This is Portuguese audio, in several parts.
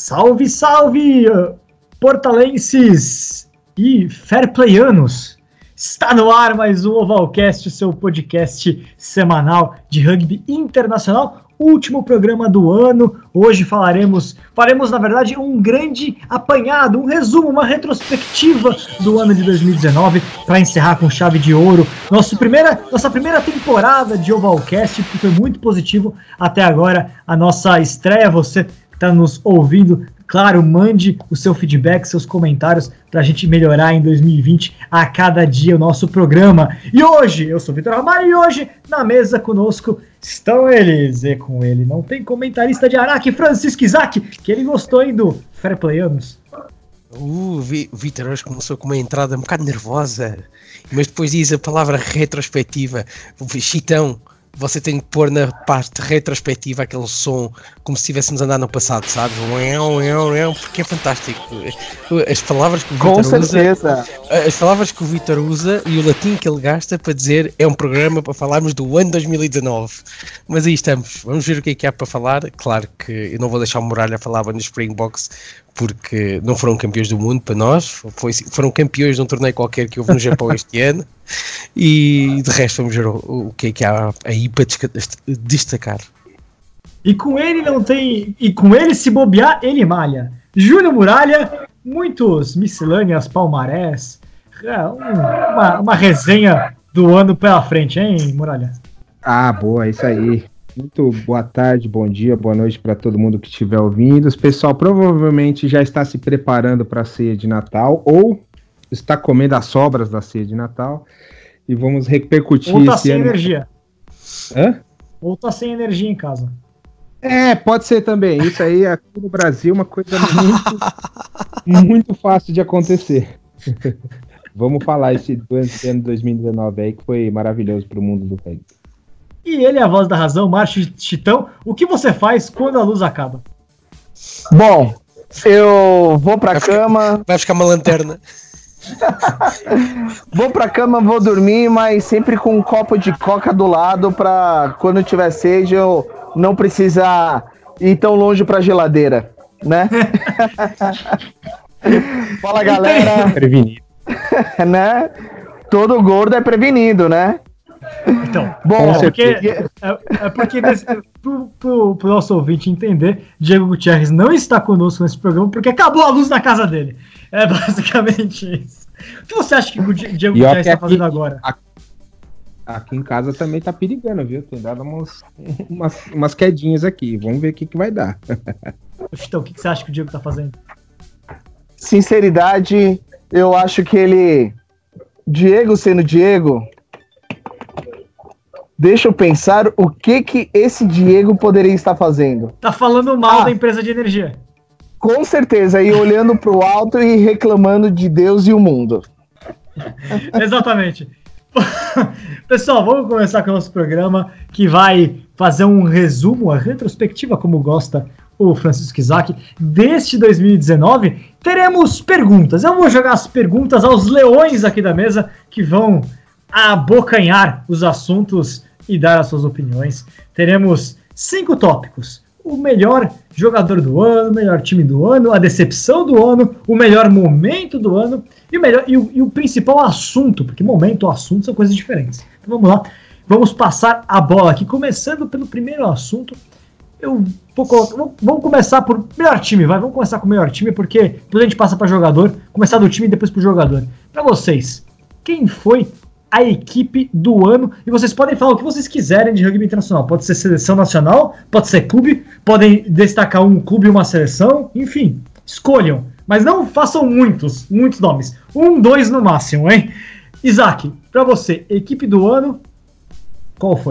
Salve, salve, portalenses e fairplayanos! Está no ar mais um Ovalcast, seu podcast semanal de rugby internacional, último programa do ano. Hoje faremos na verdade um grande apanhado, um resumo, uma retrospectiva do ano de 2019 para encerrar com chave de ouro nossa primeira temporada de Ovalcast, que foi muito positivo até agora a nossa estreia. Você que está nos ouvindo, claro, mande o seu feedback, seus comentários para a gente melhorar em 2020 a cada dia o nosso programa. E hoje, eu sou o Vitor Ramalho e hoje na mesa conosco estão eles, e com ele não tem comentarista de Araque, Francisco Isaac, que ele gostou, hein, do Fairplayanos. Vitor hoje começou com uma entrada um bocado nervosa, mas depois diz a palavra retrospectiva. Chitão, você tem que pôr na parte retrospectiva aquele som como se estivéssemos andado no passado, sabes? Porque é fantástico. As palavras que o Vitor usa, as palavras que o Vitor usa e o latim que ele gasta para dizer é um programa para falarmos do ano 2019. Mas aí estamos, vamos ver o que é que há para falar. Claro que eu não vou deixar o Muralha falar nos Springboks, porque não foram campeões do mundo para nós, foram campeões de um torneio qualquer que houve no Japão este ano, e de resto vamos ver o que é que há aí para destacar. E com ele se bobear, ele malha. Júnior Muralha, muitos miscelâneas, palmarés, uma resenha do ano pela frente, hein, Muralha? Ah, boa, isso aí. Muito boa tarde, bom dia, boa noite para todo mundo que estiver ouvindo. O pessoal provavelmente já está se preparando para a ceia de Natal ou está comendo as sobras da ceia de Natal e vamos repercutir ou tá esse sem ano. Energia. Hã? Ou tá sem energia em casa. Pode ser também. Isso aí aqui no Brasil é uma coisa muito fácil de acontecer. Vamos falar do ano 2019 aí, que foi maravilhoso para o mundo do rugby. E ele é a voz da razão, Márcio Chitão. O que você faz quando a luz acaba? Bom, eu vou pra cama. Vai ficar uma lanterna. Vou pra cama, vou dormir, mas sempre com um copo de coca do lado pra quando tiver sede eu não precisar ir tão longe pra geladeira, né? Fala, galera. Prevenido. Né? Todo gordo é prevenido, né? Então, bom, porque pro nosso ouvinte entender, Diego Gutierrez não está conosco nesse programa porque acabou a luz na casa dele. É basicamente isso. O que você acha que o Diego Gutierrez está fazendo agora? Aqui em casa também tá perigando, viu? Tem dado umas quedinhas aqui. Vamos ver o que vai dar. Então, o que você acha que o Diego tá fazendo? Sinceridade, eu acho que ele... Diego sendo Diego... Deixa eu pensar o que esse Diego poderia estar fazendo. Tá falando mal da empresa de energia. Com certeza, e olhando pro alto e reclamando de Deus e o mundo. Exatamente. Pessoal, vamos começar com o nosso programa, que vai fazer um resumo, a retrospectiva, como gosta o Francisco Isaac, deste 2019. Teremos perguntas. Eu vou jogar as perguntas aos leões aqui da mesa, que vão abocanhar os assuntos e dar as suas opiniões. Teremos 5 tópicos: o melhor jogador do ano, o melhor time do ano, a decepção do ano, o melhor momento do ano e o principal assunto, porque momento e assunto são coisas diferentes. Então vamos lá, vamos passar a bola aqui, começando pelo primeiro assunto. Vamos começar por melhor time, vamos começar com o melhor time, porque depois a gente passa para jogador, começar do time e depois para o jogador. Para vocês, quem foi a equipe do ano? E vocês podem falar o que vocês quiserem de rugby internacional. Pode ser seleção nacional, pode ser clube, podem destacar um clube e uma seleção, enfim, escolham. Mas não façam muitos nomes. 1, 2 no máximo, hein? Isaac, pra você, equipe do ano, qual foi?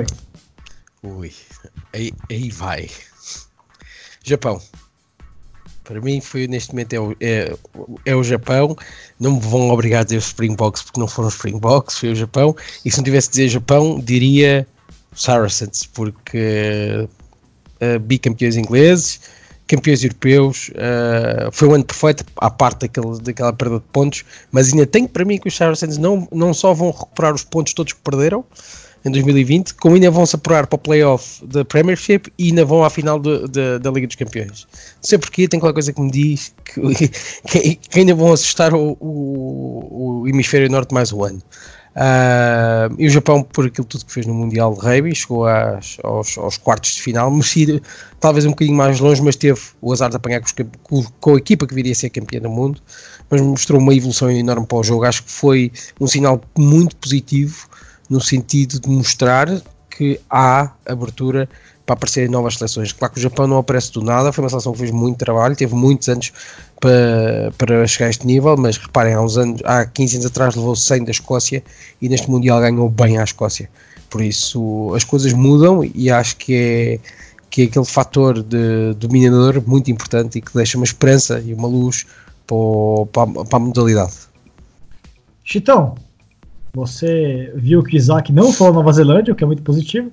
Aí vai. Japão. Para mim foi, neste momento, é o Japão. Não me vão obrigar a dizer os Springboks, porque não foram os Springboks, foi o Japão. E se não tivesse de dizer Japão, diria Saracens, porque bicampeões ingleses, campeões europeus, foi um ano perfeito, à parte daquela perda de pontos, mas ainda tenho para mim que os Saracens não só vão recuperar os pontos todos que perderam, em 2020, como ainda vão se apurar para o playoff da Premiership e ainda vão à final da Liga dos Campeões. Não sei porquê, tem qualquer coisa que me diz que ainda vão assustar o hemisfério norte mais um ano. E o Japão, por aquilo tudo que fez no Mundial de Rugby, chegou aos quartos de final, merecido, talvez um bocadinho mais longe, mas teve o azar de apanhar com a equipa que viria a ser campeã do mundo, mas mostrou uma evolução enorme para o jogo. Acho que foi um sinal muito positivo, no sentido de mostrar que há abertura para aparecerem novas seleções. Claro que o Japão não aparece do nada, foi uma seleção que fez muito trabalho, teve muitos anos para chegar a este nível, mas reparem, há 15 anos atrás levou 100 da Escócia e neste Mundial ganhou bem à Escócia. Por isso as coisas mudam e acho que é aquele fator de dominador muito importante e que deixa uma esperança e uma luz para a modalidade. Chitão, você viu que o Isaac não falou Nova Zelândia, o que é muito positivo.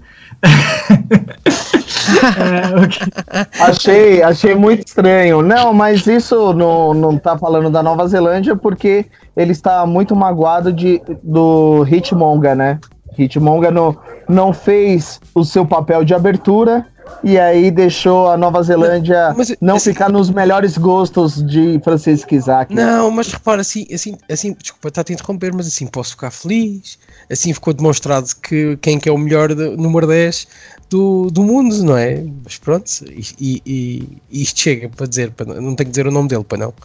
Achei muito estranho. Não, mas isso não tá falando da Nova Zelândia porque ele está muito magoado do Hitmonga, né? Hitmonga não fez o seu papel de abertura e aí deixou a Nova Zelândia ficar nos melhores gostos de Francisco Isaac. Não, mas repara, assim, desculpa, está a te interromper, mas assim posso ficar feliz. Assim ficou demonstrado que quem é o melhor número 10 do mundo, não é? Mas pronto, e isto chega para dizer, não tenho que dizer o nome dele, para não.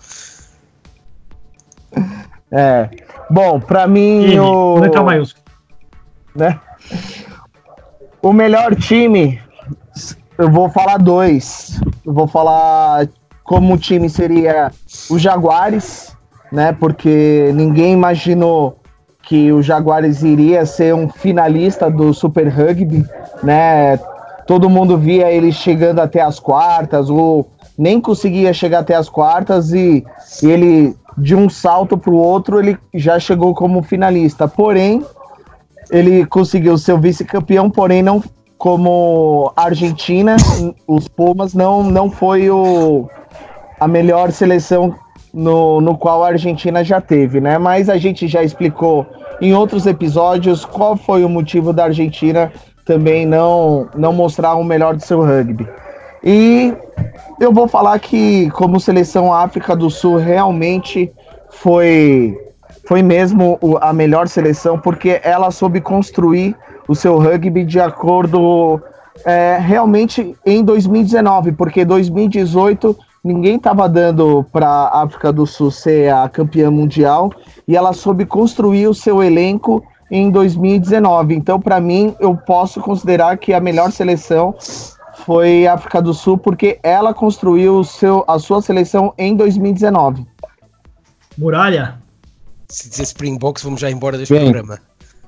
Bom, para mim letra maiúsculo, né? O melhor time, eu vou falar dois. Eu vou falar como o time seria o Jaguares, né? Porque ninguém imaginou que o Jaguares iria ser um finalista do Super Rugby, né? Todo mundo via ele chegando até as quartas, ou nem conseguia chegar até as quartas, e ele, de um salto para o outro, ele já chegou como finalista. Porém, ele conseguiu ser o vice-campeão, porém não como a Argentina, os Pumas não foi a melhor seleção no qual a Argentina já teve, né? Mas a gente já explicou em outros episódios qual foi o motivo da Argentina também não mostrar o melhor do seu rugby. E eu vou falar que, como seleção, a África do Sul realmente foi mesmo a melhor seleção, porque ela soube construir o seu rugby de acordo realmente em 2019, porque 2018 ninguém estava dando para a África do Sul ser a campeã mundial e ela soube construir o seu elenco em 2019. Então, para mim, eu posso considerar que a melhor seleção foi a África do Sul, porque ela construiu a sua seleção em 2019. Muralha? Se dizer Springboks, vamos já embora deste programa.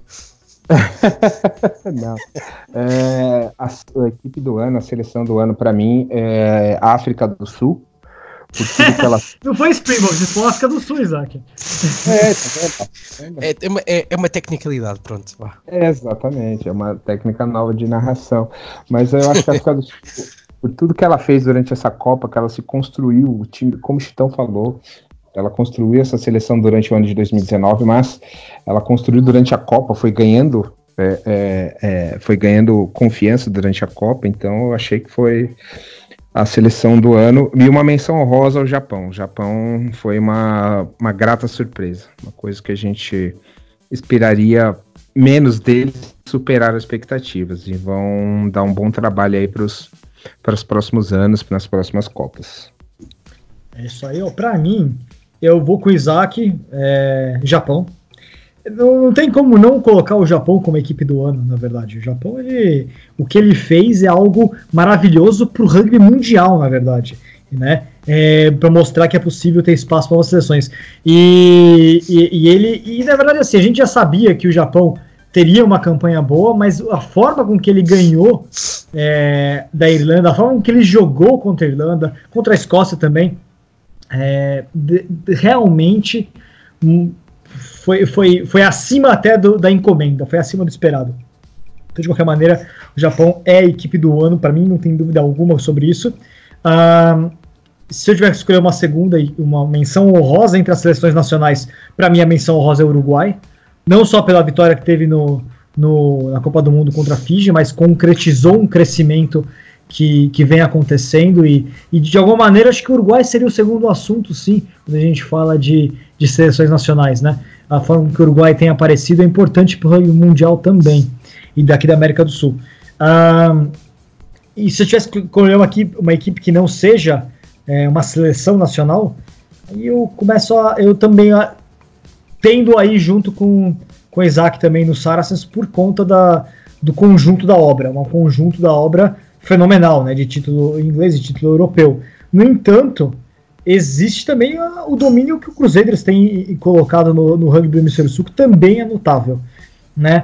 Não. A equipe do ano, a seleção do ano, para mim, é a África do Sul. Por tudo que ela... Não foi Springboks, foi a África do Sul, Isaac. É uma tecnicalidade, pronto. Vá. Exatamente, é uma técnica nova de narração. Mas eu acho que a África do Sul, por tudo que ela fez durante essa Copa, que ela se construiu, o time, como o Chitão falou, ela construiu essa seleção durante o ano de 2019, mas ela construiu durante a Copa, foi ganhando confiança durante a Copa, então eu achei que foi a seleção do ano. E uma menção honrosa ao Japão. O Japão foi uma grata surpresa, uma coisa que a gente esperaria menos deles, superar as expectativas, e vão dar um bom trabalho aí para os próximos anos, nas próximas Copas. É isso aí, ó. Pra mim, eu vou com o Isaac, Japão. Não tem como não colocar o Japão como equipe do ano, na verdade. O Japão, o que ele fez é algo maravilhoso pro rugby mundial, na verdade, né? Para mostrar que é possível ter espaço para novas seleções. E na verdade, assim, a gente já sabia que o Japão teria uma campanha boa, mas a forma com que ele ganhou da Irlanda, a forma com que ele jogou contra a Irlanda, contra a Escócia também, realmente foi acima até da encomenda, foi acima do esperado. Então, de qualquer maneira, o Japão é a equipe do ano, para mim, não tem dúvida alguma sobre isso. Se eu tiver que escolher uma segunda e uma menção honrosa entre as seleções nacionais, para mim a menção honrosa é o Uruguai, não só pela vitória que teve no na Copa do Mundo contra a Fiji, mas concretizou um crescimento que vem acontecendo e de alguma maneira acho que o Uruguai seria o segundo assunto, sim, quando a gente fala de seleções nacionais, né? A forma que o Uruguai tem aparecido é importante para o rugby mundial também, e daqui da América do Sul. E se eu tivesse que escolher uma equipe que não seja uma seleção nacional, aí eu também tendo aí junto com o Isaac também no Saracens por conta do conjunto da obra, um conjunto da obra fenomenal, né, de título inglês e título europeu. No entanto, existe também o domínio que o Crusaders tem colocado no rugby do Hemisfério Sul, que também é notável, né?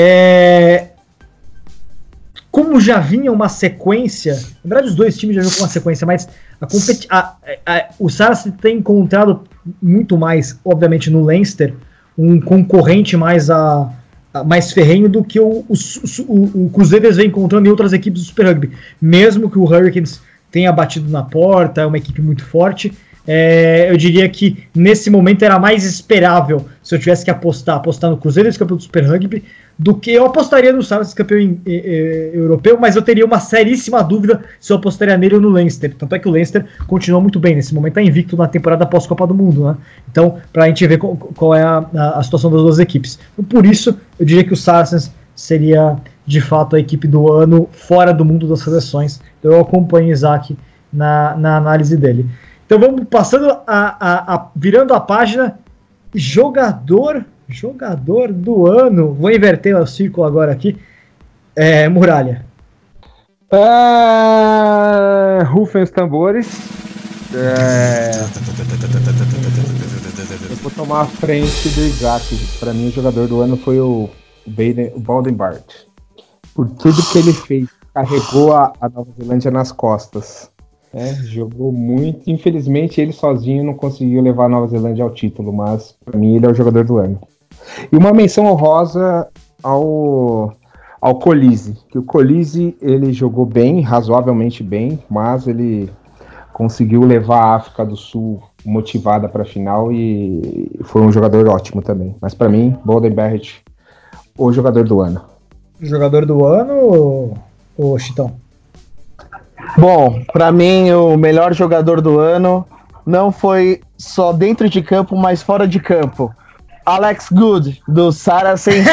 Como já vinha uma sequência, na verdade os dois times já vinham com uma sequência, mas o Saracens tem encontrado muito mais, obviamente, no Leinster, um concorrente mais ferrenho do que o Crusaders vem encontrando em outras equipes do Super Rugby. Mesmo que o Hurricanes tenha batido na porta, é uma equipe muito forte, eu diria que nesse momento era mais esperável, se eu tivesse que apostar no Crusaders, campeão do Super Rugby, do que eu apostaria no Saracens, campeão europeu, mas eu teria uma seríssima dúvida se eu apostaria nele ou no Leinster. Tanto é que o Leinster continua muito bem, nesse momento está invicto na temporada pós-Copa do Mundo, né? Então, para a gente ver qual é a situação das duas equipes. Então, por isso, eu diria que o Saracens seria, de fato, a equipe do ano fora do mundo das seleções. Então, eu acompanho o Isaac na análise dele. Então, vamos passando virando a página, jogador do ano. Vou inverter o círculo agora aqui. Muralha. Rufem os tambores. Eu vou tomar a frente do Isaac. Para mim, o jogador do ano foi o Baldenbart. Por tudo que ele fez, carregou a Nova Zelândia nas costas. Jogou muito. Infelizmente, ele sozinho não conseguiu levar a Nova Zelândia ao título, mas para mim ele é o jogador do ano. E uma menção honrosa ao Colise, que o Colise ele jogou bem, razoavelmente bem, mas ele conseguiu levar a África do Sul motivada para a final e foi um jogador ótimo também. Mas para mim, Baldenbart, o jogador do ano. Jogador do ano ou Chitão? Bom, para mim o melhor jogador do ano não foi só dentro de campo, mas fora de campo. Alex Good, do Saracens.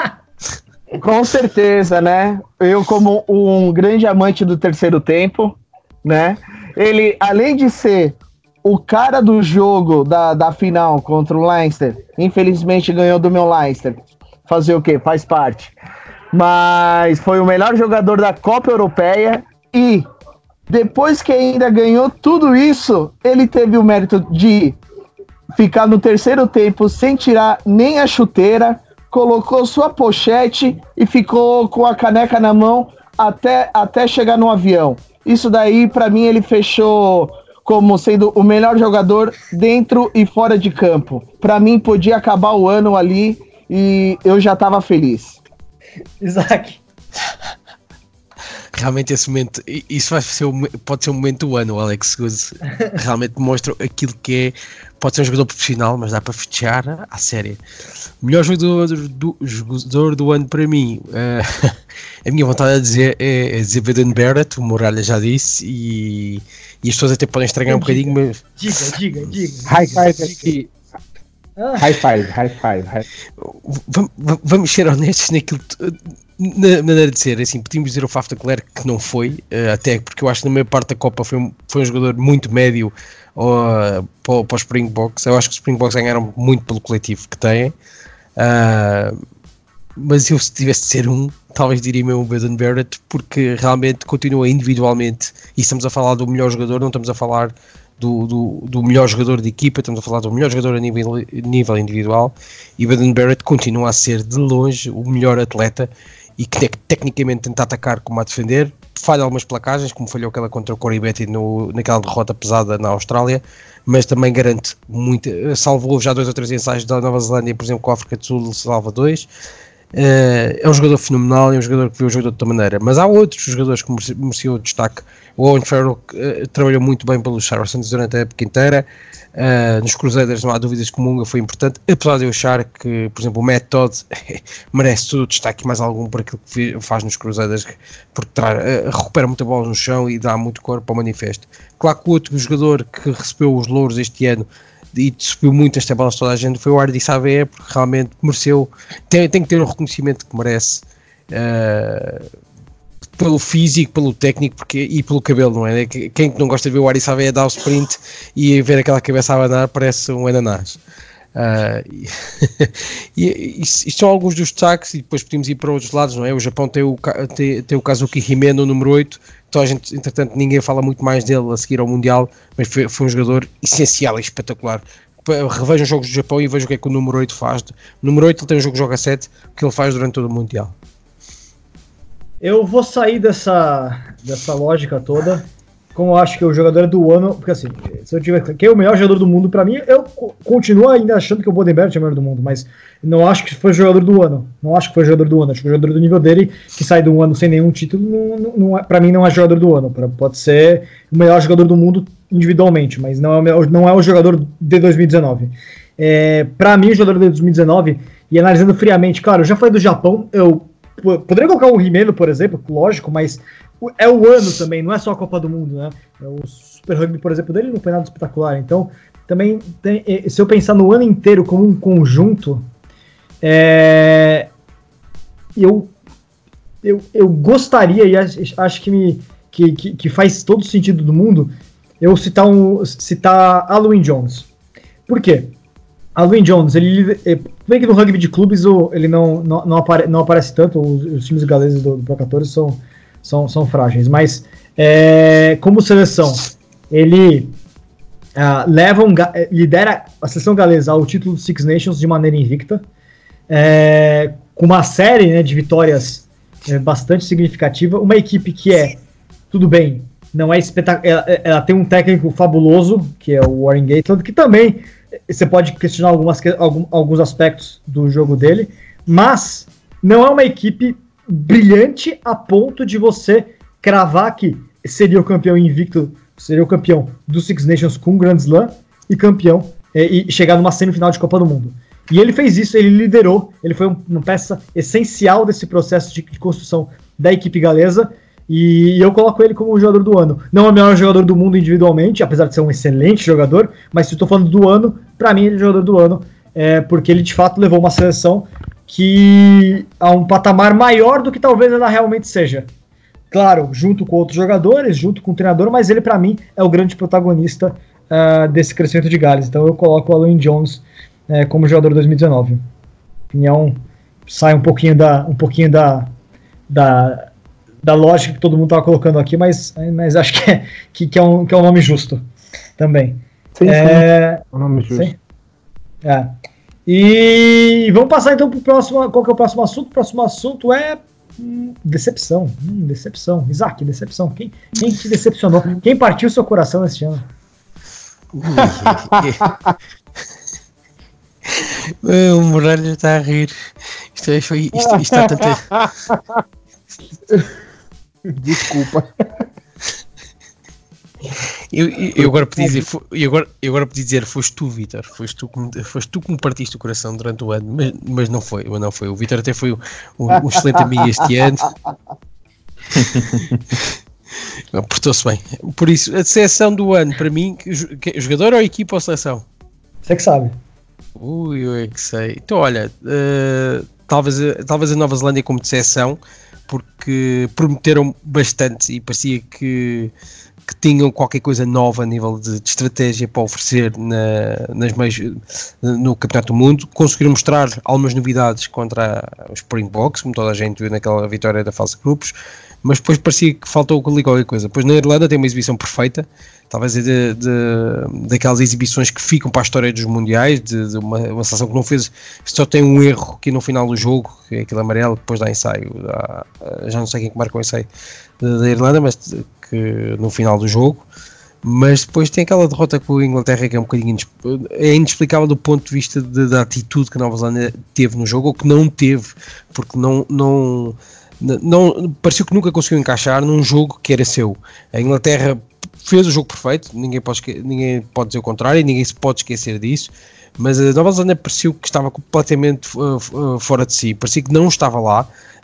Com certeza, né? Eu, como um grande amante do terceiro tempo, né? Ele, além de ser o cara do jogo da final contra o Leinster, infelizmente ganhou do meu Leinster. Fazer o quê? Faz parte. Mas foi o melhor jogador da Copa Europeia e depois que ainda ganhou tudo isso, ele teve o mérito de ficar no terceiro tempo sem tirar nem a chuteira, colocou sua pochete e ficou com a caneca na mão até chegar no avião. Isso daí, para mim, ele fechou como sendo o melhor jogador dentro e fora de campo. Para mim, podia acabar o ano ali e eu já estava feliz. Isaac. Realmente esse momento, isso pode ser o momento do ano. O Alex Good realmente mostra aquilo que é. Pode ser um jogador profissional, mas dá para fechar à série. O melhor jogador do ano para mim, a minha vontade é dizer Baldenbart, o Muralha já disse, e as pessoas até podem estragar um bocadinho, mas... Diga. High five aqui. High five. Vamos ser honestos naquilo, na maneira de ser. Assim, podíamos dizer o Faf de Klerk que não foi, até porque eu acho que na maior parte da Copa foi um jogador muito médio para os Springboks. Eu acho que os Springboks ganharam muito pelo coletivo que têm, mas eu, se tivesse de ser talvez diria mesmo o Baldenbart, porque realmente continua individualmente, e estamos a falar do melhor jogador, não estamos a falar do melhor jogador de equipa, estamos a falar do melhor jogador a nível individual, e Baldenbart continua a ser de longe o melhor atleta, e que tecnicamente tenta atacar como a defender, falha algumas placagens, como falhou aquela contra o Corey Betty naquela derrota pesada na Austrália, mas também garante muito, salvou já 2 ou 3 ensaios da Nova Zelândia, por exemplo, com a África do Sul salva 2, é um jogador fenomenal, é um jogador que vê o jogo de outra maneira, mas há outros jogadores que mereciam destaque. O Owen Farrell trabalhou muito bem pelos Saracens durante a época inteira. Nos Crusaders não há dúvidas que o Munga foi importante, apesar de eu achar que, por exemplo, o Matt Todd merece todo o destaque, mais algum por aquilo que faz nos Crusaders, porque recupera muita bola no chão e dá muito corpo ao manifesto. Claro que o outro jogador que recebeu os louros este ano e subiu muito as tabelas toda a gente foi o Ardi Savé, porque realmente mereceu, tem que ter o reconhecimento que merece, pelo físico, pelo técnico e pelo cabelo, não é? Quem não gosta de ver o Ardi Savé dar o sprint e ver aquela cabeça a abanar parece um ananás. Isto são alguns dos destaques, e depois podemos ir para outros lados, não é? O Japão tem o Kazuki Himeno, número 8. Então a gente, entretanto, ninguém fala muito mais dele a seguir ao Mundial, mas foi um jogador essencial e espetacular. Revejam os jogos do Japão e vejam o que é que o número 8 faz. O número 8 ele tem um jogo que joga 7, o que ele faz durante todo o Mundial. Eu vou sair dessa lógica toda, como eu acho que o jogador do ano, porque assim, se eu tiver quem é o melhor jogador do mundo pra mim, eu continuo ainda achando que o Bodenberg é o melhor do mundo, mas não acho que foi o jogador do ano. Não acho que foi o jogador do ano. Acho que o jogador do nível dele, que sai de um ano sem nenhum título, não é, pra mim não é jogador do ano. Pode ser o melhor jogador do mundo individualmente, mas não é o jogador de 2019. Pra mim, o jogador de 2019, e analisando friamente, claro, eu já falei do Japão, eu poderia colocar o Himeno, por exemplo, lógico, mas é o ano também, não é só a Copa do Mundo, né? O Super Rugby, por exemplo, dele não foi nada espetacular. Então, também, se eu pensar no ano inteiro como um conjunto, eu gostaria, e acho que faz todo o sentido do mundo, eu citar Alwyn Jones. Por quê? Alwyn Jones, bem que no rugby de clubes ele não aparece tanto, os times galeses do Pro 14 são frágeis, mas como seleção, ele lidera a seleção galesa ao título do Six Nations de maneira invicta, com uma série, né, de vitórias bastante significativa, uma equipe que tudo bem, não é espetacular, ela tem um técnico fabuloso, que é o Warren Gatland, que também você pode questionar alguns aspectos do jogo dele, mas não é uma equipe brilhante a ponto de você cravar que seria o campeão invicto, seria o campeão do Six Nations com um Grand Slam e campeão e chegar numa semifinal de Copa do Mundo. E ele fez isso, ele liderou, ele foi uma peça essencial desse processo de construção da equipe galesa, e eu coloco ele como o jogador do ano. Não é o melhor jogador do mundo individualmente, apesar de ser um excelente jogador, mas se eu estou falando do ano, para mim ele é o jogador do ano, porque ele de fato levou uma seleção que a um patamar maior do que talvez ela realmente seja. Claro, junto com outros jogadores, junto com o treinador, mas ele para mim é o grande protagonista desse crescimento de Gales. Então eu coloco o Alwyn Jones como jogador de 2019. Opinião sai um pouquinho da lógica que todo mundo estava colocando aqui, mas acho que é um nome justo também. Sim, é um nome justo. Sim? E vamos passar então para o próximo. Qual que é o próximo assunto? O próximo assunto é decepção. Decepção. Isaac, decepção. Quem te decepcionou? Quem partiu seu coração nesse ano? O Muralha está a rir. Isto está tanto. Desculpa. Eu agora podia dizer, foste tu, Vítor, foste tu que me partiste o coração durante o ano, mas não foi. O Vítor até foi um excelente amigo este ano. Portou-se bem. Por isso, a decepção do ano, para mim, jogador ou equipa ou seleção? Você que sabe. Eu é que sei. Então, olha, talvez a Nova Zelândia como decepção, porque prometeram bastante e parecia que tinham qualquer coisa nova a nível de estratégia para oferecer no Campeonato do Mundo. Conseguiram mostrar algumas novidades contra os Springboks, como toda a gente viu naquela vitória da fase de grupos, mas depois parecia que faltou ali qualquer coisa. Depois na Irlanda tem uma exibição perfeita, talvez daquelas exibições que ficam para a história dos mundiais, de uma seleção que não fez, só tem um erro aqui no final do jogo, que é aquele amarelo, depois dá ensaio, já não sei quem que marcou o ensaio da Irlanda, mas que no final do jogo, Mas depois tem aquela derrota com a Inglaterra que é um bocadinho inexplicável do ponto de vista da atitude que a Nova Zelândia teve no jogo, ou que não teve, porque não pareceu que nunca conseguiu encaixar num jogo que era seu. A Inglaterra fez o jogo perfeito, ninguém pode dizer o contrário, ninguém se pode esquecer disso, mas a Nova Zelândia pareceu que estava completamente fora de si, parecia que não estava lá,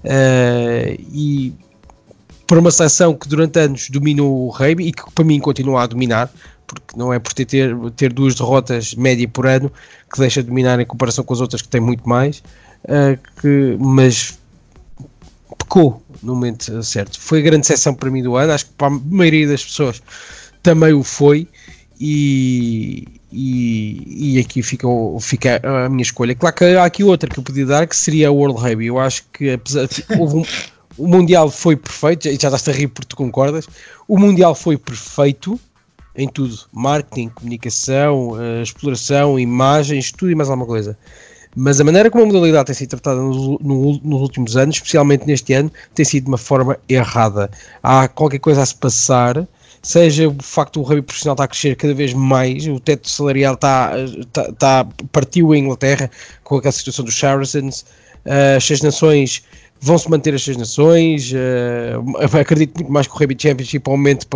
e por uma seleção que durante anos dominou o rugby e que para mim continua a dominar, porque não é por ter 2 derrotas média por ano que deixa de dominar em comparação com as outras que têm muito mais, mas pecou no momento certo. Foi a grande seleção para mim do ano, acho que para a maioria das pessoas também o foi, e aqui fica a minha escolha. Claro que há aqui outra que eu podia dar, que seria a World Rugby. Eu acho que apesar de o Mundial foi perfeito, já estás a rir porque tu concordas, o Mundial foi perfeito em tudo, marketing, comunicação, exploração, imagens, tudo e mais alguma coisa. Mas a maneira como a modalidade tem sido tratada nos últimos anos, especialmente neste ano, tem sido de uma forma errada. Há qualquer coisa a se passar, seja o facto do rugby profissional estar a crescer cada vez mais, o teto salarial partiu a Inglaterra com aquela situação dos Saracens, as 6 nações vão-se manter as 6 nações, acredito muito mais que o Rugby Championship aumente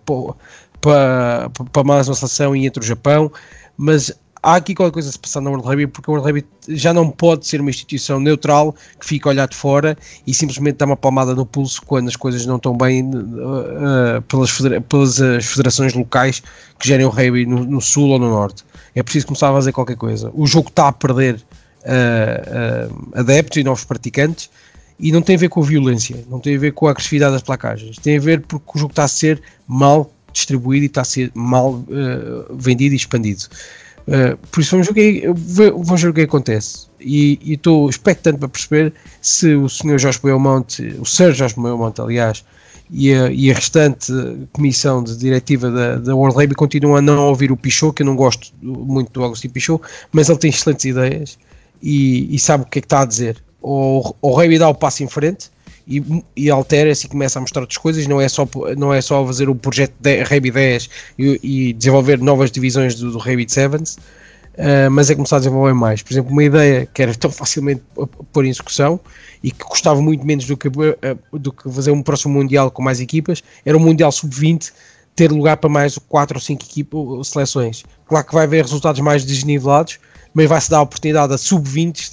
para mais uma seleção e entre o Japão, mas há aqui qualquer coisa a se passar na World Rugby, porque o World Rugby já não pode ser uma instituição neutral que fica a olhar de fora e simplesmente dá uma palmada no pulso quando as coisas não estão bem pelas federações locais que gerem o rugby no sul ou no norte. É preciso começar a fazer qualquer coisa. O jogo está a perder adeptos e novos praticantes, e não tem a ver com a violência, não tem a ver com a agressividade das placagens, tem a ver porque o jogo está a ser mal distribuído e está a ser mal vendido e expandido. Por isso vamos ver o que acontece, e estou expectante para perceber se o Sr. Jorge Belmonte, o Sr. Jorge Belmonte, aliás, e a restante comissão de diretiva da World Rugby continuam a não ouvir o Pichot, que eu não gosto muito do Agostinho Pichot, mas ele tem excelentes ideias e sabe o que é que está a dizer. O rugby dá o passo em frente e altera-se e começa a mostrar outras coisas, não é só fazer o projeto de Rugby 10 e desenvolver novas divisões do Rugby de Sevens, mas é começar a desenvolver mais. Por exemplo, uma ideia que era tão facilmente pôr em execução e que custava muito menos do que fazer um próximo Mundial com mais equipas, era um Mundial Sub-20 ter lugar para mais 4 ou 5 seleções. Claro que vai haver resultados mais desnivelados, mas vai-se dar a oportunidade a sub-20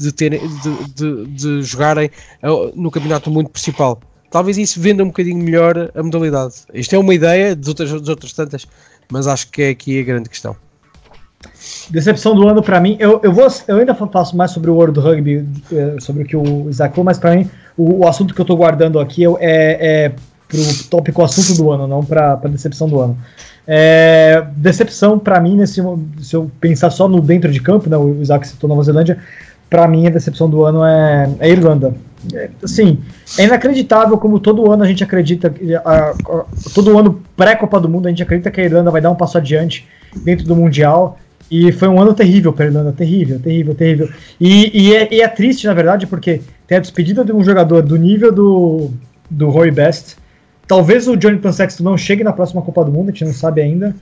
de jogarem no Campeonato do Mundo principal. Talvez isso venda um bocadinho melhor a modalidade. Isto é uma ideia de outras tantas, mas acho que é aqui a grande questão. Decepção do ano para mim, eu ainda faço mais sobre o World Rugby, sobre o que o Isaac falou, mas para mim o assunto que eu estou guardando aqui é pro tópico assunto do ano, não para decepção do ano. Decepção para mim, se eu pensar só no dentro de campo, né, o Isaac citou Nova Zelândia, para mim a decepção do ano é a Irlanda. Assim, é inacreditável como todo ano a gente acredita, todo ano pré-Copa do Mundo a gente acredita que a Irlanda vai dar um passo adiante dentro do Mundial, e foi um ano terrível para a Irlanda, terrível. E é triste, na verdade, porque tem a despedida de um jogador do nível do Roy Best. Talvez o Jonathan Sexton não chegue na próxima Copa do Mundo, a gente não sabe ainda.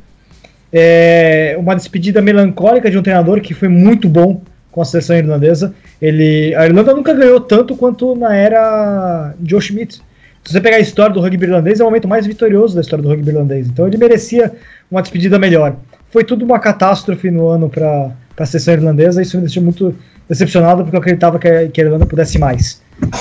Uma despedida melancólica de um treinador que foi muito bom com a seleção irlandesa. A Irlanda nunca ganhou tanto quanto na era Joe Schmidt. Se você pegar a história do rugby irlandês, é o momento mais vitorioso da história do rugby irlandês. Então ele merecia uma despedida melhor. Foi tudo uma catástrofe no ano para a seleção irlandesa. Isso me deixou muito decepcionado, porque eu acreditava que a Irlanda pudesse mais.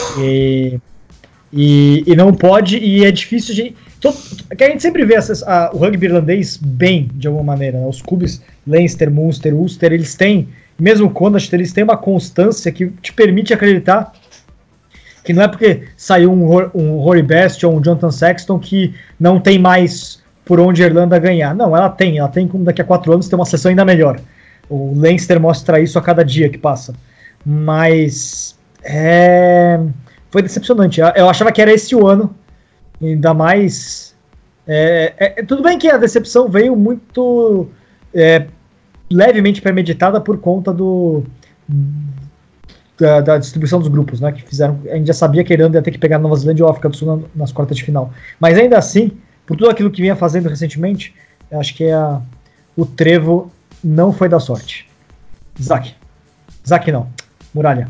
E não pode, e é difícil de... que a gente sempre vê o rugby irlandês bem, de alguma maneira, né? Os clubes Leinster, Munster, Ulster, eles têm, mesmo quando eles têm uma constância que te permite acreditar que não é porque saiu um Rory Best ou um Jonathan Sexton que não tem mais por onde a Irlanda ganhar. Não, ela tem como daqui a 4 anos ter uma seleção ainda melhor. O Leinster mostra isso a cada dia que passa. Mas foi decepcionante. Eu achava que era esse o ano, ainda mais... tudo bem que a decepção veio muito levemente premeditada por conta da distribuição dos grupos, né, que fizeram. A gente já sabia que a Irlanda ia ter que pegar a Nova Zelândia e a África do Sul nas quartas de final. Mas ainda assim, por tudo aquilo que vinha fazendo recentemente, Eu acho que o trevo não foi da sorte. Isaac não. Muralha.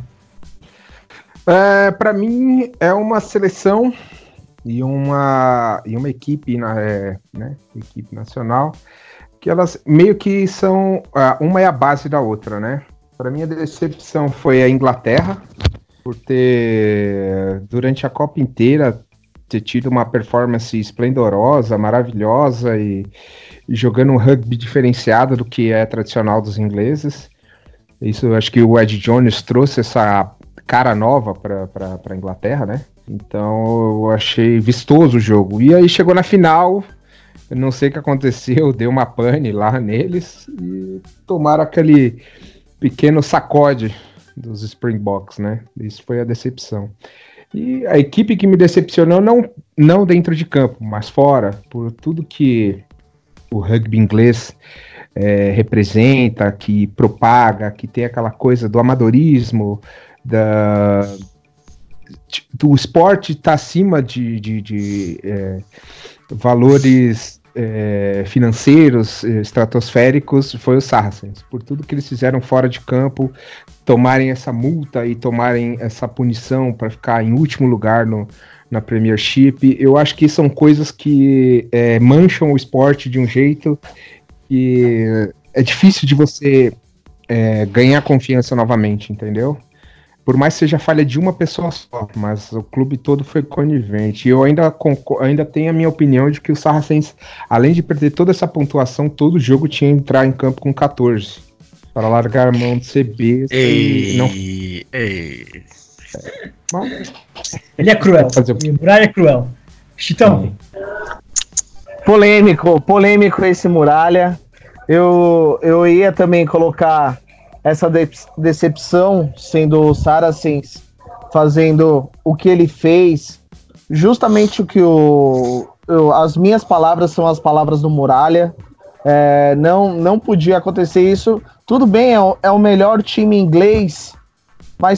Para mim é uma seleção e uma equipe, equipe nacional, que elas meio que são, uma é a base da outra, né? Para mim a decepção foi a Inglaterra, por ter, durante a Copa inteira, ter tido uma performance esplendorosa, maravilhosa e jogando um rugby diferenciado do que é tradicional dos ingleses. Isso, eu acho que o Ed Jones trouxe essa cara nova para a Inglaterra, né? Então eu achei vistoso o jogo. E aí chegou na final, eu não sei o que aconteceu, deu uma pane lá neles e tomaram aquele pequeno sacode dos Springboks, né? Isso foi a decepção. E a equipe que me decepcionou, não dentro de campo, mas fora, por tudo que o rugby inglês representa, que propaga, que tem aquela coisa do amadorismo, do esporte estar acima de valores financeiros estratosféricos, foi o Saracens. Por tudo que eles fizeram fora de campo, tomarem essa multa e tomarem essa punição para ficar em último lugar na Premiership, eu acho que são coisas que mancham o esporte de um jeito que é difícil de você ganhar confiança novamente, entendeu? Por mais que seja falha de uma pessoa só, mas o clube todo foi conivente. E eu ainda tenho a minha opinião de que o Saracens, além de perder toda essa pontuação, todo jogo tinha que entrar em campo com 14. Para largar a mão de CB. Ele é cruel. O Muralha é cruel. Chitão. Polêmico esse Muralha. Eu ia também colocar essa decepção, sendo o Saracens fazendo o que ele fez, justamente o que as minhas palavras são as palavras do Muralha. Não podia acontecer isso. Tudo bem, é o melhor time inglês, mas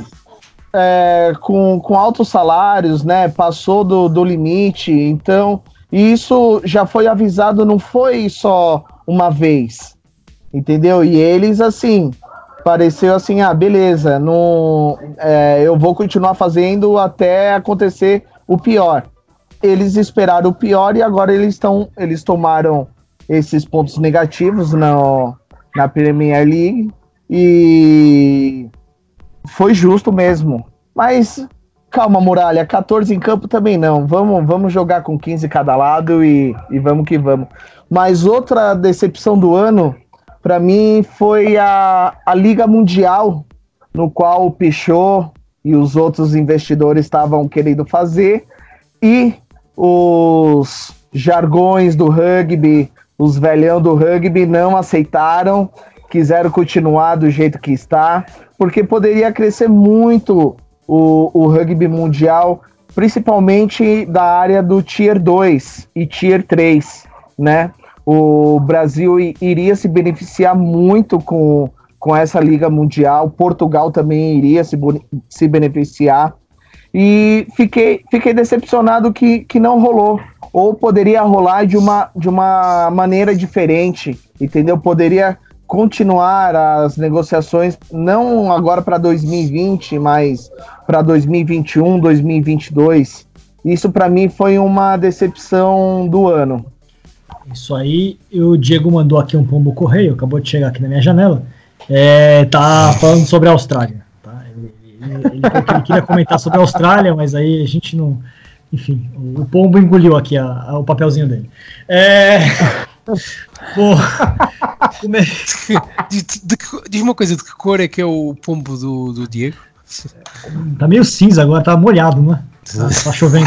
com altos salários, né? Passou do limite, então isso já foi avisado, não foi só uma vez. Entendeu? E eles, assim, pareceu assim, beleza, eu vou continuar fazendo até acontecer o pior. Eles esperaram o pior e agora eles tomaram esses pontos negativos na Premier League e foi justo mesmo. Mas, calma, Muralha, 14 em campo também não. Vamos jogar com 15 cada lado e vamos que vamos. Mas outra decepção do ano, para mim, foi a Liga Mundial, no qual o Pichot e os outros investidores estavam querendo fazer, e os jargões do rugby, os velhão do rugby não aceitaram, quiseram continuar do jeito que está, porque poderia crescer muito o rugby mundial, principalmente da área do Tier 2 e Tier 3, né? O Brasil iria se beneficiar muito com essa Liga Mundial, Portugal também iria se beneficiar, e fiquei decepcionado que não rolou, ou poderia rolar de uma maneira diferente, entendeu? Poderia continuar as negociações, não agora para 2020, mas para 2021, 2022. Isso para mim foi uma decepção do ano. Isso aí, o Diego mandou aqui um pombo correio, acabou de chegar aqui na minha janela, tá falando sobre a Austrália, tá? Ele queria comentar sobre a Austrália, mas aí a gente não, enfim, o pombo engoliu aqui o papelzinho dele. Diz uma coisa, de que cor é que é o pombo do Diego? Tá meio cinza agora, tá molhado, né? Tá chovendo.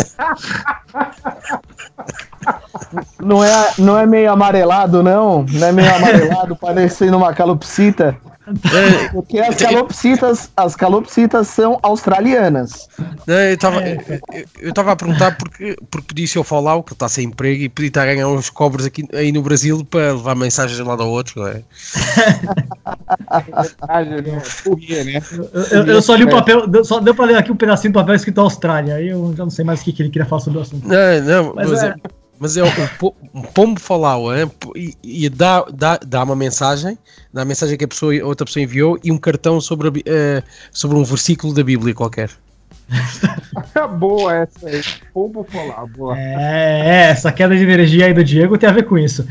Não é meio amarelado, não? Não é meio amarelado, parecendo uma calopsita? Porque as calopsitas são australianas. Eu estava a perguntar porque disse ao Falau que está sem emprego e podia estar a ganhar uns cobres aí no Brasil para levar mensagens de um lado ao outro, não é? Eu só li o papel, só deu para ler aqui um pedacinho do papel escrito Austrália, aí eu já não sei mais o que ele queria falar sobre o assunto. Mas é um pombo falar e dá uma mensagem, dá a mensagem que outra pessoa enviou e um cartão sobre um versículo da Bíblia qualquer. Boa essa aí. Pombo falar, boa. Essa queda de energia aí do Diego tem a ver com isso.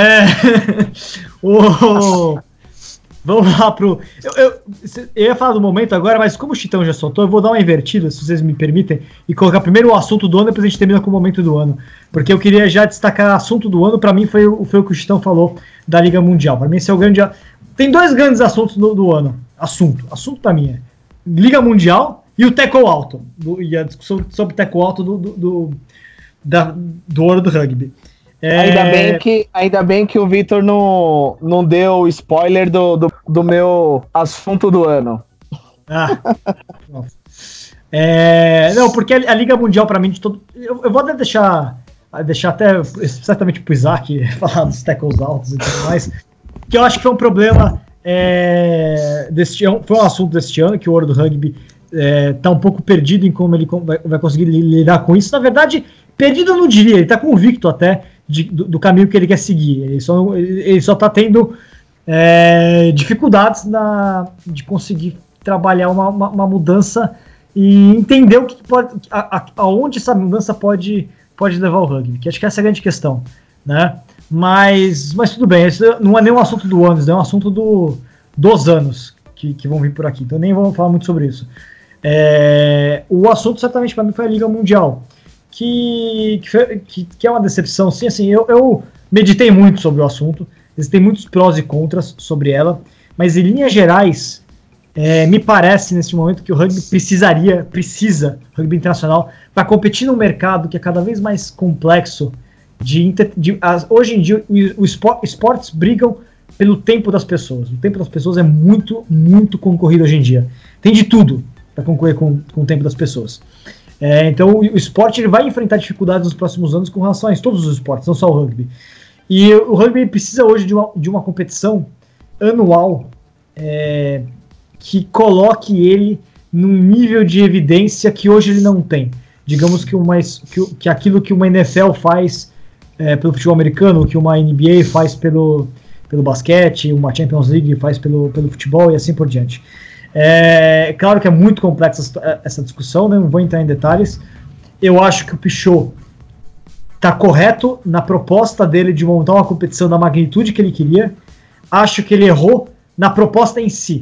Vamos lá pro... Eu ia falar do momento agora, mas como o Chitão já soltou, eu vou dar uma invertida, se vocês me permitem, e colocar primeiro o assunto do ano, depois a gente termina com o momento do ano. Porque eu queria já destacar o assunto do ano, pra mim foi o que o Chitão falou da Liga Mundial. Pra mim esse é o grande... Tem dois grandes assuntos do ano. Assunto pra mim é Liga Mundial e o tackle alto. E a discussão sobre o tackle alto do ouro do rugby. Ainda bem que o Vitor não deu spoiler do meu assunto do ano. Não, porque a Liga Mundial, pra mim, de todo. Eu vou deixar até certamente pro Isaac falar dos tackles altos e tudo mais, que eu acho que foi um problema deste ano, foi um assunto deste ano, que o ouro do rugby tá um pouco perdido em como ele vai conseguir lidar com isso. Na verdade, perdido eu não diria, ele tá convicto até do caminho que ele quer seguir. Ele só está tendo dificuldades de conseguir trabalhar uma mudança e entender o que pode, aonde essa mudança pode levar o rugby, que acho que essa é a grande questão, né? Mas tudo bem, isso não é nem um assunto do ano, é um assunto dos anos que vão vir por aqui, então nem vamos falar muito sobre isso. O assunto certamente para mim foi a Liga Mundial, que é uma decepção. Sim, assim, eu meditei muito sobre o assunto, existem muitos prós e contras sobre ela, mas em linhas gerais, me parece neste momento que o rugby precisa, rugby internacional, para competir num mercado que é cada vez mais complexo. Hoje em dia, esportes brigam pelo tempo das pessoas. O tempo das pessoas é muito, muito concorrido hoje em dia. Tem de tudo para concorrer com o tempo das pessoas. Então o esporte ele vai enfrentar dificuldades nos próximos anos com relação a todos os esportes, não só o rugby. E o rugby precisa hoje de uma competição anual que coloque ele num nível de evidência que hoje ele não tem. Digamos que aquilo que uma NFL faz pelo futebol americano, que uma NBA faz pelo basquete, uma Champions League faz pelo futebol e assim por diante. Claro que é muito complexa essa discussão, né? Não vou entrar em detalhes. Eu acho que o Pichot está correto na proposta dele de montar uma competição da magnitude que ele queria. Acho que ele errou na proposta em si,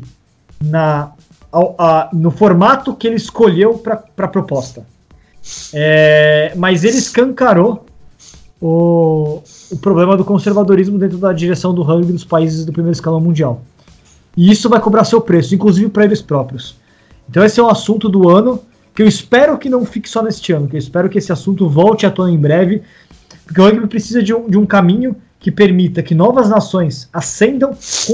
no formato que ele escolheu para a proposta. Mas ele escancarou o problema do conservadorismo dentro da direção do rugby dos países do primeiro escalão mundial. E isso vai cobrar seu preço, inclusive para eles próprios. Então esse é um assunto do ano que eu espero que não fique só neste ano, que eu espero que esse assunto volte à tona em breve, porque o rugby precisa de um caminho que permita que novas nações ascendam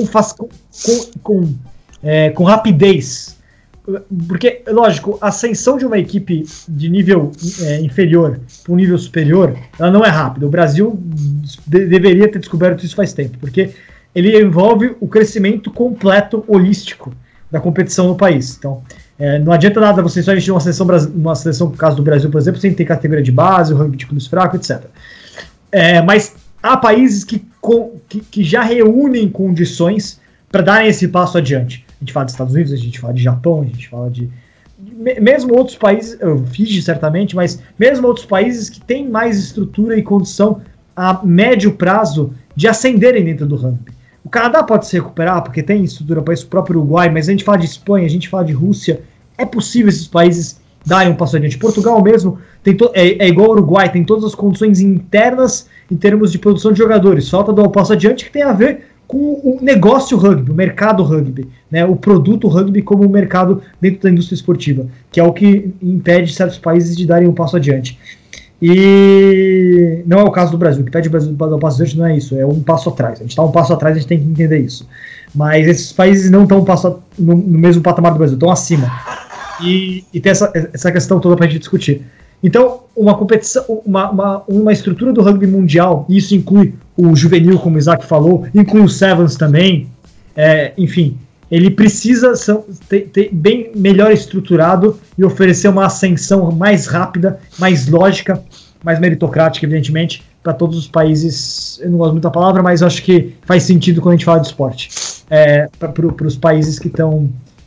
com rapidez. Porque, lógico, a ascensão de uma equipe de nível inferior para um nível superior, ela não é rápida. O Brasil deveria ter descoberto isso faz tempo, porque ele envolve o crescimento completo, holístico da competição no país. Então, não adianta nada você só investir numa seleção, no caso do Brasil, por exemplo, sem ter categoria de base, o rugby de clubes fracos, etc. Mas há países que já reúnem condições para darem esse passo adiante. A gente fala dos Estados Unidos, a gente fala de Japão, a gente fala de mesmo outros países, Fiji certamente, mas mesmo outros países que têm mais estrutura e condição a médio prazo de ascenderem dentro do rugby. O Canadá pode se recuperar porque tem estrutura para isso, o próprio Uruguai, mas a gente fala de Espanha, a gente fala de Rússia, é possível esses países darem um passo adiante. Portugal mesmo é igual ao Uruguai, tem todas as condições internas em termos de produção de jogadores, falta dar um passo adiante que tem a ver com o negócio rugby, o mercado rugby, né, o produto rugby como mercado dentro da indústria esportiva, que é o que impede certos países de darem um passo adiante. E não é o caso do Brasil, o que impede o Brasil de dar um passo adiante não é isso, é um passo atrás. A gente está um passo atrás, a gente tem que entender isso. Mas esses países não estão no mesmo patamar do Brasil, estão acima. E tem essa questão toda para a gente discutir. Então, uma competição, uma estrutura do rugby mundial, e isso inclui o juvenil, como o Isaac falou, inclui o Sevens também, enfim, ele precisa ter bem melhor estruturado e oferecer uma ascensão mais rápida, mais lógica, mais meritocrática, evidentemente, para todos os países. Eu não gosto muito da palavra, mas eu acho que faz sentido quando a gente fala de esporte. Para os países que estão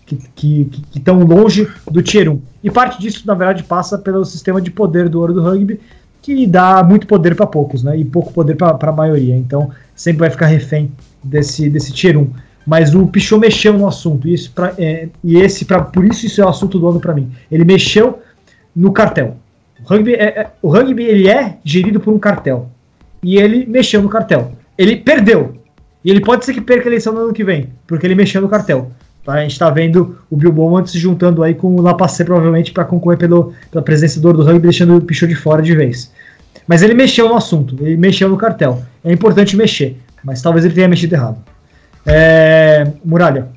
longe do Tier 1. E parte disso, na verdade, passa pelo sistema de poder do ouro do rugby, que dá muito poder para poucos, né? E pouco poder para a maioria. Então, sempre vai ficar refém desse Tier 1. Mas o Pichot mexeu no assunto. Por isso isso é o assunto do ano para mim. Ele mexeu no cartel. O rugby ele é gerido por um cartel. E ele mexeu no cartel. Ele perdeu. E ele pode ser que perca a eleição no ano que vem, porque ele mexeu no cartel. A gente está vendo o Bill Bowman se juntando aí com o Lapacé, provavelmente, para concorrer pela presença do rugby, deixando o Pichot de fora de vez. Mas ele mexeu no assunto, ele mexeu no cartel. É importante mexer, mas talvez ele tenha mexido errado. Muralha.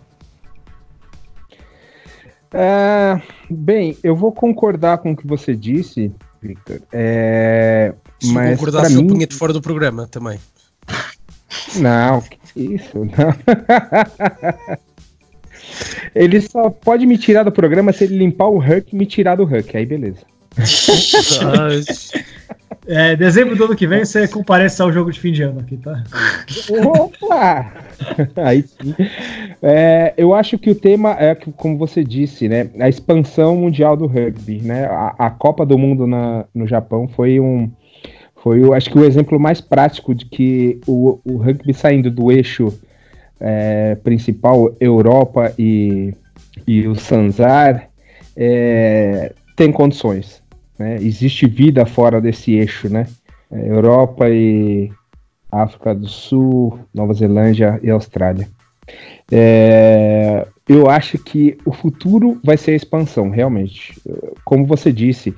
Bem, eu vou concordar com o que você disse, Victor. Se mas concordasse, eu punha-te fora do programa também. Não, que isso, não. Ele só pode me tirar do programa se ele limpar o Huck e me tirar do Huck, aí beleza. Dezembro do ano que vem você comparece ao jogo de fim de ano aqui, tá? Opa! Aí sim. Eu acho que o tema é, como você disse, né? A expansão mundial do rugby, né? A Copa do Mundo no Japão foi acho que o exemplo mais prático de que o rugby saindo do eixo principal, Europa e o Sanzar, tem condições, né? Existe vida fora desse eixo, né? Europa e África do Sul, Nova Zelândia e Austrália. Eu acho que o futuro vai ser a expansão, realmente. Como você disse,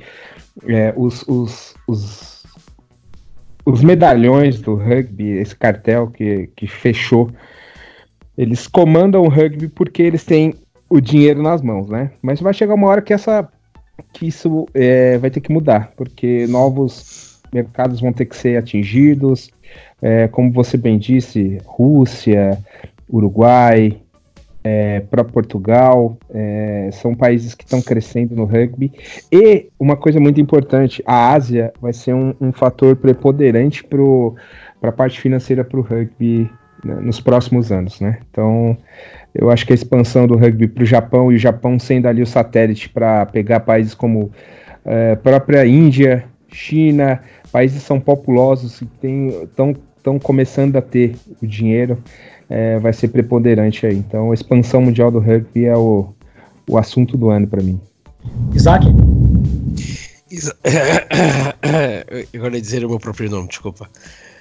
os medalhões do rugby, esse cartel que fechou, eles comandam o rugby porque eles têm o dinheiro nas mãos, né? Mas vai chegar uma hora que isso vai ter que mudar, porque novos mercados vão ter que ser atingidos, como você bem disse, Rússia, Uruguai, próprio Portugal, são países que estão crescendo no rugby. E uma coisa muito importante, a Ásia vai ser um fator preponderante para a parte financeira para o rugby, né, nos próximos anos, né? Então, eu acho que a expansão do rugby para o Japão, e o Japão sendo ali o satélite para pegar países como própria Índia, China, países que são populosos e estão começando a ter o dinheiro, vai ser preponderante aí. Então, a expansão mundial do rugby é o assunto do ano para mim. Isaac? Agora ia dizer o meu próprio nome, desculpa.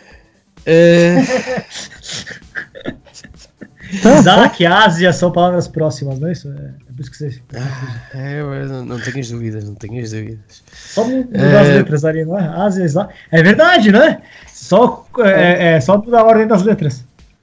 Isaac, Ásia são palavras próximas, não é isso? É por isso que você... não tenhas dúvidas. Só mudar as letras ali, não é? Ásia, Isaac. É verdade, né? Só mudar a ordem das letras.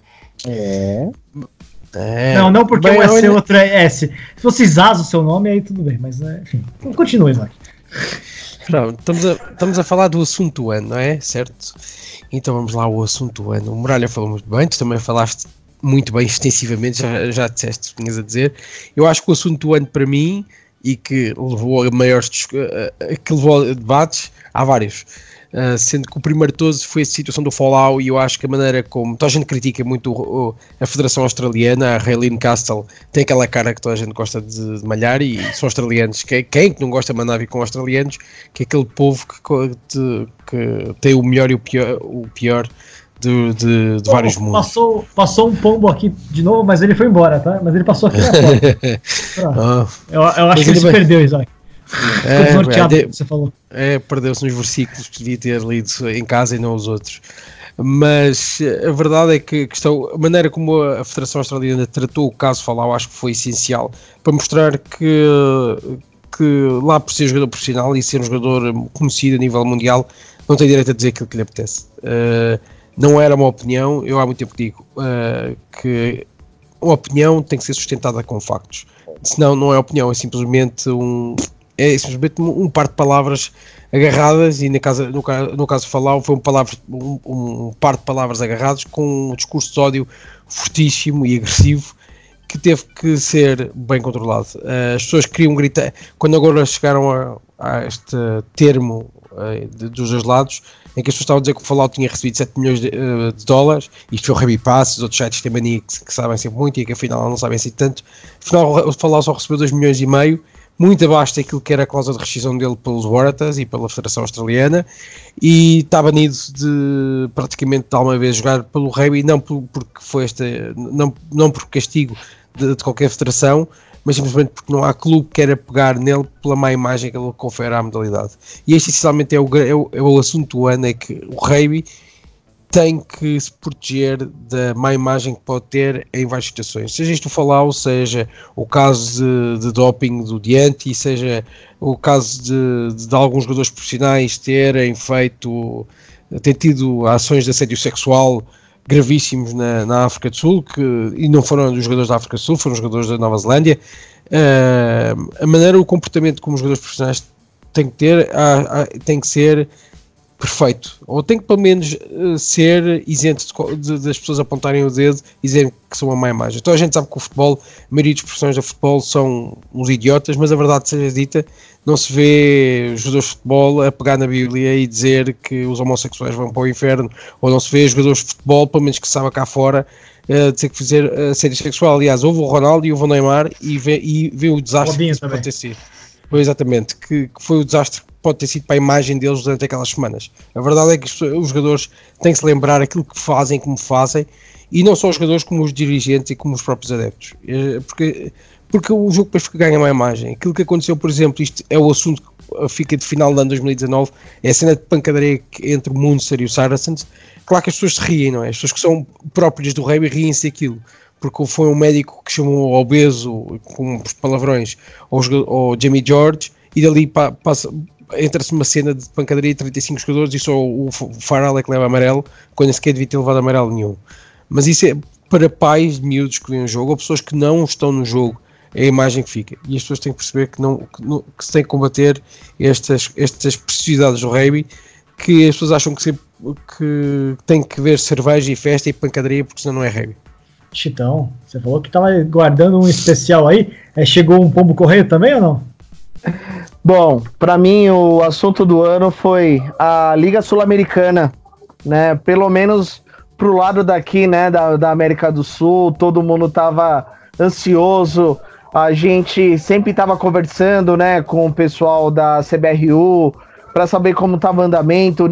Não porque o S e o outro é S. Se fosse Zazo o seu nome, aí tudo bem, mas enfim. Continua, Isaac. Pronto, estamos a falar do assunto do ano, não é? Certo? Então vamos lá ao assunto do ano. O Muralha falou muito bem, tu também falaste muito bem, extensivamente, já disseste o que tinhas a dizer. Eu acho que o assunto do ano para mim, e que levou a debates, há vários. Sendo que o primeiro de todos foi a situação do Fallout, e eu acho que a maneira como toda a gente critica muito a Federação Australiana, a Raelene Castle tem aquela cara que toda a gente gosta de malhar, e são australianos. Quem que não gosta de mandar vir com australianos, que é aquele povo que tem o melhor e o pior de vários mundos. Passou um pombo aqui de novo, mas ele foi embora, tá? Mas ele passou aqui na porta. Eu acho que ele se perdeu, Isaac. Você falou. Perdeu-se nos versículos que devia ter lido em casa e não os outros. Mas a verdade é que a maneira como a Federação Australiana tratou o caso Falau, acho que foi essencial para mostrar que lá por ser jogador profissional e ser um jogador conhecido a nível mundial, não tem direito a dizer aquilo que lhe apetece. Não era uma opinião, eu há muito tempo digo que uma opinião tem que ser sustentada com factos. Senão não é opinião, é simplesmente um par de palavras agarradas, e no caso Falau foi um par de palavras agarradas com um discurso de ódio fortíssimo e agressivo que teve que ser bem controlado. As pessoas queriam gritar, quando agora chegaram a este termo dos dois lados, em que as pessoas estavam a dizer que o Fallout tinha recebido 7 milhões de dólares, isto foi o Rugby Pass, os outros sites têm mania que sabem sempre muito e que afinal não sabem assim tanto. Afinal, o Fallout só recebeu 2 milhões e meio, muito abaixo daquilo que era a causa de rescisão dele pelos Waratahs e pela Federação Australiana, e está banido de praticamente de alguma vez jogar pelo Rugby, não porque foi não por castigo de qualquer federação, mas simplesmente porque não há clube que queira pegar nele pela má imagem que ele confere à modalidade. E este essencialmente é o assunto do ano, é que o Rugby tem que se proteger da má imagem que pode ter em várias situações, seja isto o Fallout, seja o caso de doping do Diante, seja o caso de alguns jogadores profissionais terem tido ações de assédio sexual gravíssimos na África do Sul, e não foram os jogadores da África do Sul, foram os jogadores da Nova Zelândia. A maneira, o comportamento como os jogadores profissionais têm que ter, tem que ser perfeito, ou tem que pelo menos ser isento das pessoas apontarem o dedo e dizerem que são uma má imagem. Então a gente sabe que o futebol, a maioria dos profissionais do futebol são uns idiotas, mas a verdade seja dita, não se vê os jogadores de futebol a pegar na Bíblia e dizer que os homossexuais vão para o inferno, ou não se vê jogadores de futebol, pelo menos que saibam cá fora, dizer que fizer assédio sexual. Aliás, houve o Ronaldo e houve o Neymar e vê o desastre que pode ter sido. Foi exatamente, que foi o desastre que pode ter sido para a imagem deles durante aquelas semanas. A verdade é que os jogadores têm que se lembrar aquilo que fazem, como fazem, e não só os jogadores como os dirigentes e como os próprios adeptos, porque o jogo depois ganha uma imagem. Aquilo que aconteceu, por exemplo, isto é o assunto que fica de final do ano 2019, é a cena de pancadaria entre o Munster e o Saracens. Claro que as pessoas se riem, não é? As pessoas que são próprias do rugby riem-se daquilo, porque foi um médico que chamou ao obeso, com palavrões, ao Jamie George, e dali entra-se uma cena de pancadaria de 35 jogadores e só o Farrell é que leva amarelo, quando sequer devia ter levado amarelo nenhum. Mas isso é para pais de miúdos que vêem o jogo, ou pessoas que não estão no jogo, é a imagem que fica. E as pessoas têm que perceber que se tem que combater estas preciosidades do rugby, que as pessoas acham que tem que ver cerveja e festa e pancadaria, porque senão não é rugby. Chitão, você falou que estava guardando um especial aí, chegou um pombo correio também ou não? Bom, para mim o assunto do ano foi a Liga Sul-Americana, né? Pelo menos pro lado daqui, né, da América do Sul, todo mundo tava ansioso, a gente sempre tava conversando, né, com o pessoal da CBRU para saber como tava o andamento,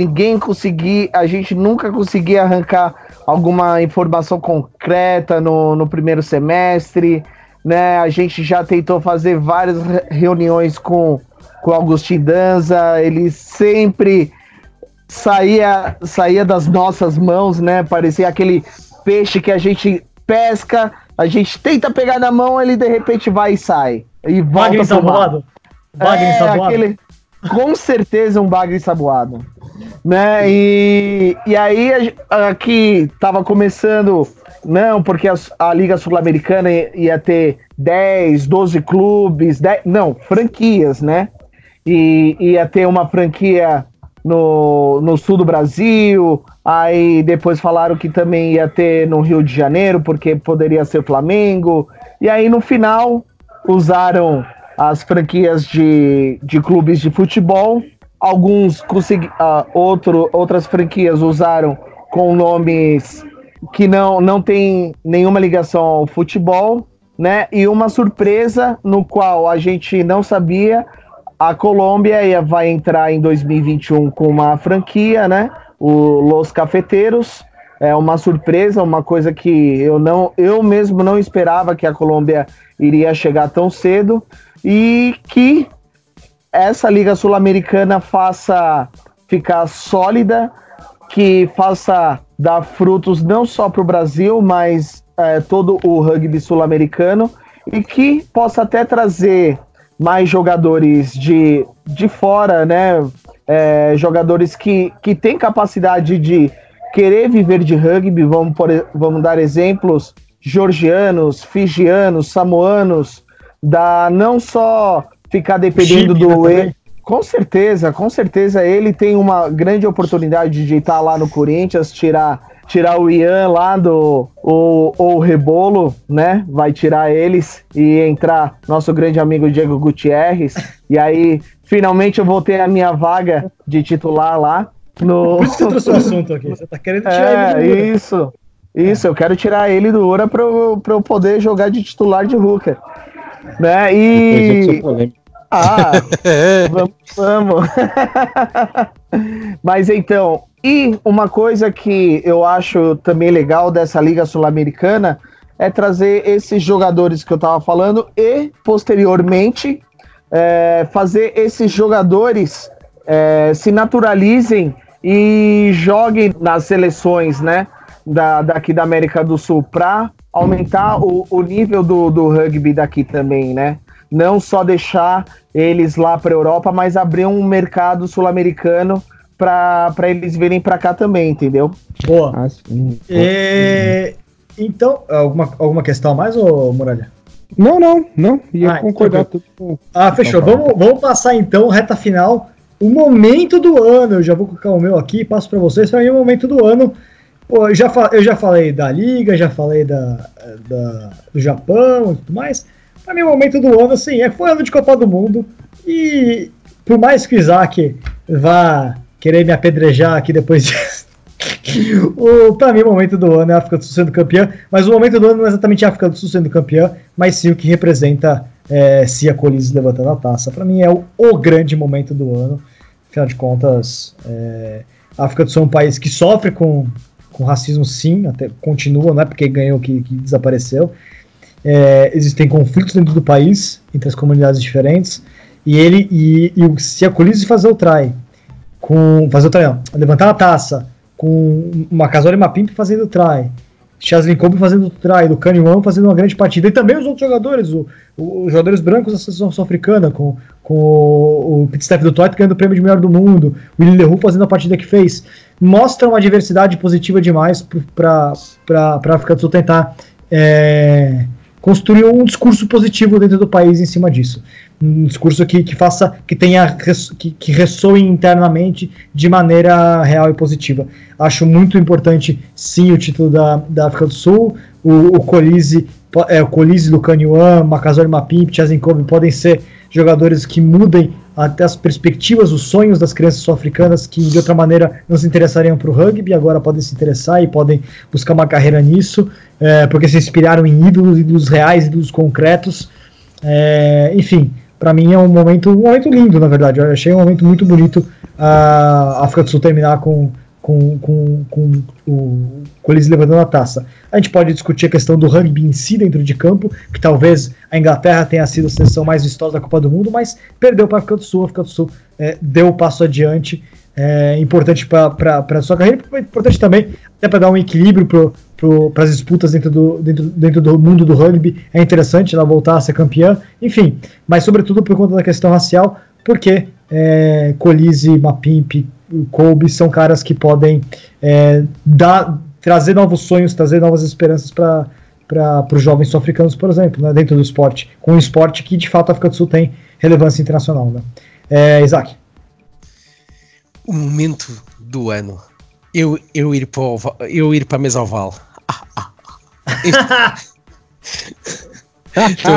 a gente nunca conseguia arrancar alguma informação concreta no primeiro semestre, né? A gente já tentou fazer várias reuniões com o Agustin Danza, ele sempre saía das nossas mãos, né? Parecia aquele peixe que a gente pesca, a gente tenta pegar na mão, ele de repente vai e sai. E volta pro mar. Bagre ensaboado. Com certeza um bagre ensaboado. Né? E aí aqui tava começando, não, porque a Liga Sul-Americana ia ter 10, 12 clubes, franquias, né? E ia ter uma franquia no sul do Brasil, aí depois falaram que também ia ter no Rio de Janeiro, porque poderia ser Flamengo, e aí no final usaram as franquias de clubes de futebol. Outras franquias usaram com nomes que não tem nenhuma ligação ao futebol, né? E uma surpresa no qual a gente não sabia, a Colômbia vai entrar em 2021 com uma franquia, né? O Los Cafeteros. É uma surpresa, uma coisa que eu mesmo não esperava que a Colômbia iria chegar tão cedo, e que essa Liga Sul-Americana faça ficar sólida, que faça dar frutos não só para o Brasil, mas todo o rugby sul-americano, e que possa até trazer mais jogadores de fora, né? Jogadores que têm capacidade de querer viver de rugby. Vamos dar exemplos: georgianos, fijianos, samoanos, não só ficar dependendo do... Com certeza ele tem uma grande oportunidade de estar lá no Corinthians, tirar o Ian lá ou o Rebolo, né? Vai tirar eles e entrar nosso grande amigo Diego Gutierrez, e aí finalmente eu vou ter a minha vaga de titular lá, Por isso que você trouxe o assunto aqui. Você tá querendo tirar ele do Ura. Isso, eu quero tirar ele do Ura pra eu poder jogar de titular de hooker. Né? E... vamos. Mas então, e uma coisa que eu acho também legal dessa Liga Sul-Americana é trazer esses jogadores que eu tava falando e, posteriormente, fazer esses jogadores se naturalizem e joguem nas seleções, né, daqui da América do Sul, para aumentar o nível do rugby daqui também, né? Não só deixar eles lá para a Europa, mas abrir um mercado sul-americano para eles virem para cá também, entendeu? Boa. Então, alguma questão a mais, ô Muralha? Não. Ia concordar tudo com... fechou. Vamos passar então, reta final, o momento do ano. Eu já vou colocar o meu aqui e passo para vocês. Para mim, o momento do ano. Pô, eu já falei da Liga, já falei do Japão e tudo mais. Para mim, o momento do ano, assim, foi ano de Copa do Mundo. E por mais que o Isaac vá querer me apedrejar aqui depois disso, para mim, o momento do ano é a África do Sul sendo campeã. Mas o momento do ano não é exatamente a África do Sul sendo campeã, mas sim o que representa Siya Kolisi levantando a taça. Para mim, é o grande momento do ano. Afinal de contas, a África do Sul é um país que sofre com racismo, sim, até continua, não é porque ganhou que desapareceu. Existem conflitos dentro do país, entre as comunidades diferentes, e o Siya Kolisi fazer o try, levantar a taça, com uma Makazole Mapimpi fazendo o try, Shazlin Kobe fazendo o try, do Kanyuan fazendo uma grande partida, e também os outros jogadores, os jogadores brancos da seleção sul-africana, com o Pitstep do Toit ganhando o prêmio de melhor do mundo, o Willy Leroux fazendo a partida que fez, mostra uma diversidade positiva demais para a África do Sul tentar construir um discurso positivo dentro do país em cima disso. Um discurso que ressoe internamente de maneira real e positiva. Acho muito importante, sim, o título da África do Sul. O Kolisi, do Kanyuan, Makazole Mapimpi, Shazlin Kobe podem ser jogadores que mudem até as perspectivas, os sonhos das crianças sul-africanas que de outra maneira não se interessariam para o rugby, agora podem se interessar e podem buscar uma carreira nisso, porque se inspiraram em ídolos reais, ídolos concretos. Enfim, para mim é um momento lindo, na verdade. Eu achei um momento muito bonito a África do Sul terminar com o Kolisi levantando a taça. A gente pode discutir a questão do rugby em si dentro de campo, que talvez a Inglaterra tenha sido a seleção mais vistosa da Copa do Mundo, mas perdeu para a África do Sul. A África do Sul deu o passo adiante, importante para a sua carreira, importante também até para dar um equilíbrio para as disputas dentro do mundo do rugby. É interessante ela voltar a ser campeã, enfim, mas sobretudo por conta da questão racial, porque Kolisi, Mapimpi, Kobe são caras que podem trazer novos sonhos, trazer novas esperanças para os jovens sul-africanos, por exemplo, né, dentro do esporte, com um esporte que de fato a África do Sul tem relevância internacional, né? Isaac. O momento do ano, eu ir para a mesa oval. Estou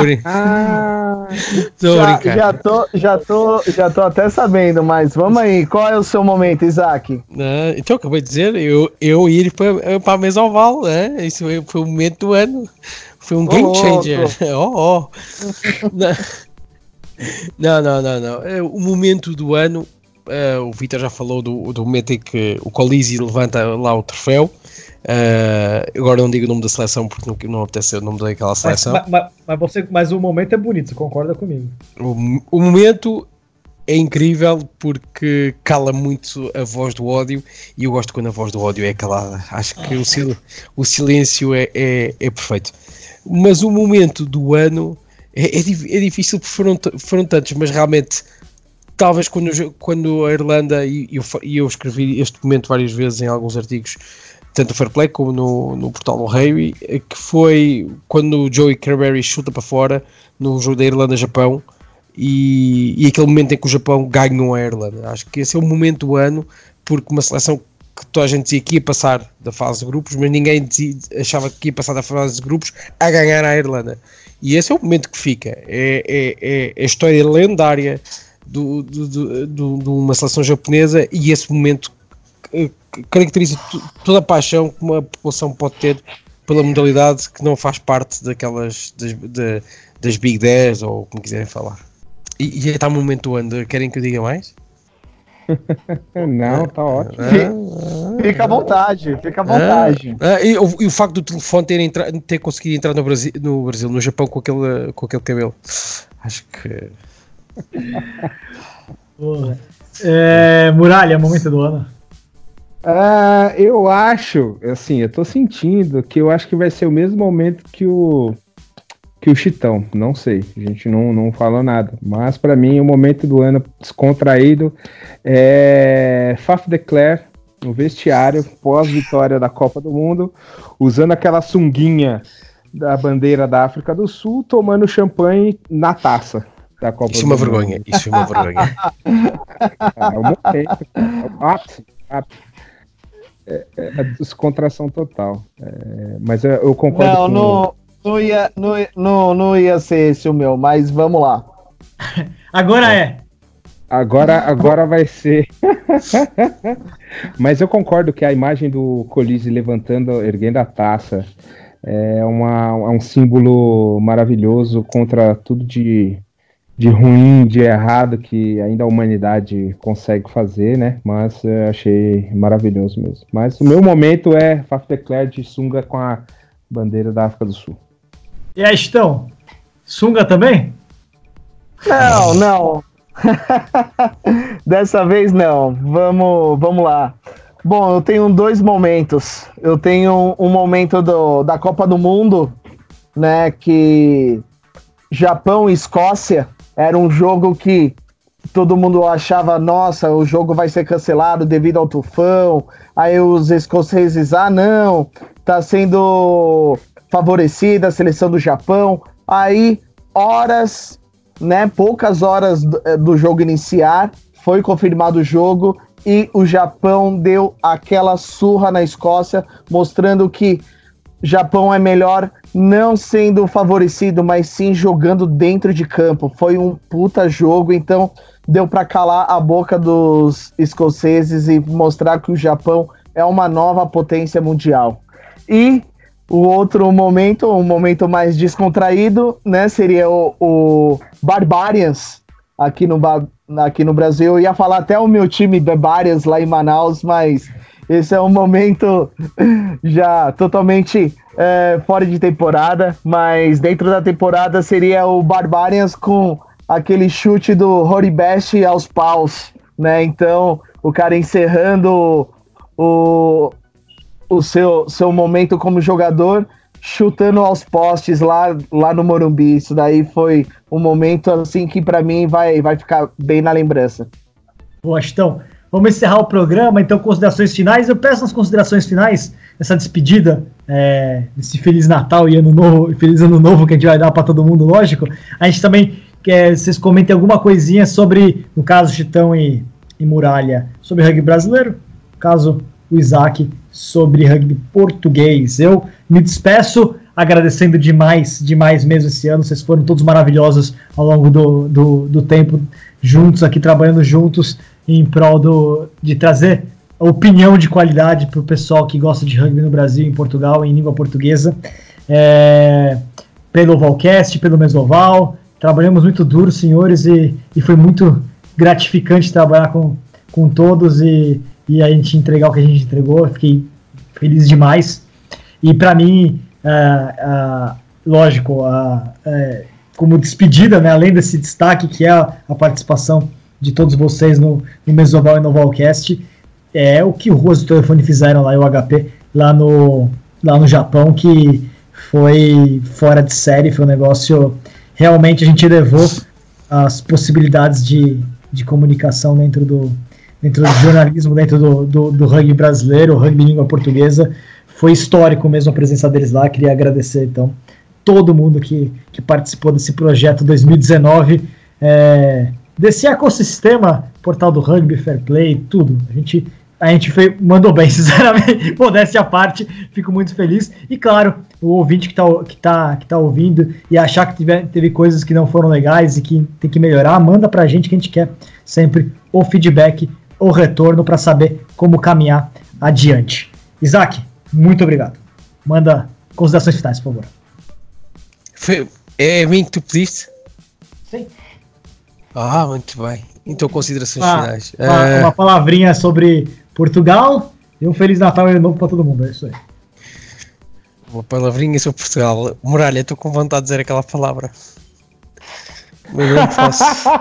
brincando. Já tô até sabendo, mas vamos aí, qual é o seu momento, Isaac? Então, acabei de dizer, eu ir para a mesa oval, né? Isso foi o momento do ano, foi um game changer. Não. O momento do ano, o Vitor já falou do momento em que o Kolisi levanta lá o troféu. Agora não digo o nome da seleção porque não apetece o nome daquela seleção. Mas o momento é bonito, você concorda comigo? O momento é incrível porque cala muito a voz do ódio, e eu gosto quando a voz do ódio é calada. Acho que o silêncio é perfeito. Mas o momento do ano é difícil porque foram tantos, mas realmente talvez quando a Irlanda, e eu escrevi este momento várias vezes em alguns artigos, tanto no Fair Play como no portal do Rugby, que foi quando o Joey Carberry chuta para fora no jogo da Irlanda-Japão, e aquele momento em que o Japão ganhou a Irlanda. Acho que esse é o momento do ano, porque uma seleção que toda a gente dizia que ia passar da fase de grupos, mas ninguém achava que ia passar da fase de grupos a ganhar a Irlanda. E esse é o momento que fica. É a história lendária de uma seleção japonesa, e esse momento caracteriza toda a paixão que uma população pode ter pela modalidade que não faz parte daquelas das Big 10 ou como quiserem falar. E já está um momento onde querem que eu diga mais? Não, tá ótimo. Fica à vontade, fica à vontade. E o facto do telefone ter conseguido entrar no Japão com aquele cabelo. Acho que... Muralha, momento do ano. Eu acho, assim, eu tô sentindo que eu acho que vai ser o mesmo momento que o Chitão, não sei, a gente não falou nada, mas pra mim o momento do ano descontraído é Faf de Cler no vestiário pós-vitória da Copa do Mundo, usando aquela sunguinha da bandeira da África do Sul, tomando champanhe na taça da Copa do Mundo. Isso é uma vergonha. É o momento, é o ápice. É a descontração total. Mas eu concordo Não ia ser esse o meu, mas vamos lá. Agora Agora vai ser. Mas eu concordo que a imagem do Colise erguendo a taça é um símbolo maravilhoso contra tudo de ruim, de errado que ainda a humanidade consegue fazer, né? Mas eu achei maravilhoso mesmo. Mas o meu momento é Faf de Cler de sunga com a bandeira da África do Sul. E aí, Chitão? Sunga também? Não. Dessa vez não. Vamos lá. Bom, eu tenho dois momentos. Eu tenho um momento da Copa do Mundo, né? Que Japão e Escócia era um jogo que todo mundo achava, nossa, o jogo vai ser cancelado devido ao tufão. Aí os escoceses, não, tá sendo favorecida a seleção do Japão. Aí, poucas horas do jogo iniciar, foi confirmado o jogo e o Japão deu aquela surra na Escócia, mostrando que Japão é melhor não sendo favorecido, mas sim jogando dentro de campo. Foi um puta jogo, então deu para calar a boca dos escoceses e mostrar que o Japão é uma nova potência mundial. E o outro momento, um momento mais descontraído, né, seria o Barbarians aqui no Brasil. Eu ia falar até o meu time Barbarians lá em Manaus, mas esse é um momento já totalmente fora de temporada, mas dentro da temporada seria o Barbarians com aquele chute do Horibest aos paus, né? Então, o cara encerrando o seu momento como jogador, chutando aos postes lá no Morumbi. Isso daí foi um momento assim que para mim vai ficar bem na lembrança. Boa, Chitão. Vamos encerrar o programa, então, considerações finais. Eu peço as considerações finais nessa despedida, esse Feliz Natal e Ano Novo, Feliz Ano Novo que a gente vai dar para todo mundo, lógico. A gente também quer que vocês comentem alguma coisinha sobre, no caso, Chitão e Muralha, sobre rugby brasileiro, no caso, o Isaac, sobre rugby português. Eu me despeço agradecendo demais mesmo esse ano. Vocês foram todos maravilhosos ao longo do tempo juntos aqui, trabalhando juntos em prol de trazer a opinião de qualidade para o pessoal que gosta de rugby no Brasil, em Portugal, em língua portuguesa. Pelo Ovalcast, pelo Mesoval, trabalhamos muito duro, senhores, e foi muito gratificante trabalhar com todos e a gente entregar o que a gente entregou. Eu fiquei feliz demais. E para mim, lógico, como despedida, né, além desse destaque que é a participação de todos vocês no Mesoval e no Ovalcast, é o que o Ruas do Telefone fizeram lá, e o HP, lá no Japão, que foi fora de série. Foi um negócio, realmente a gente elevou as possibilidades de comunicação dentro do jornalismo, dentro do rugby brasileiro, o rugby língua portuguesa. Foi histórico mesmo a presença deles lá. Queria agradecer, então, todo mundo que participou desse projeto 2019, desse ecossistema, Portal do Rugby, Fair Play, tudo. A gente mandou bem, sinceramente. Modéstia à parte, fico muito feliz. E claro, o ouvinte que tá ouvindo e achar que teve coisas que não foram legais e que tem que melhorar, manda pra gente, que a gente quer sempre o feedback o retorno para saber como caminhar adiante. Isaac, muito obrigado. Manda considerações finais, por favor. É a mim que tu pediste? Sim. Muito bem. Então, considerações finais. Uma palavrinha sobre Portugal e um Feliz Natal e Ano Novo para todo mundo. É isso aí. Uma palavrinha sobre Portugal. Muralha, estou com vontade de dizer aquela palavra. Mas não posso.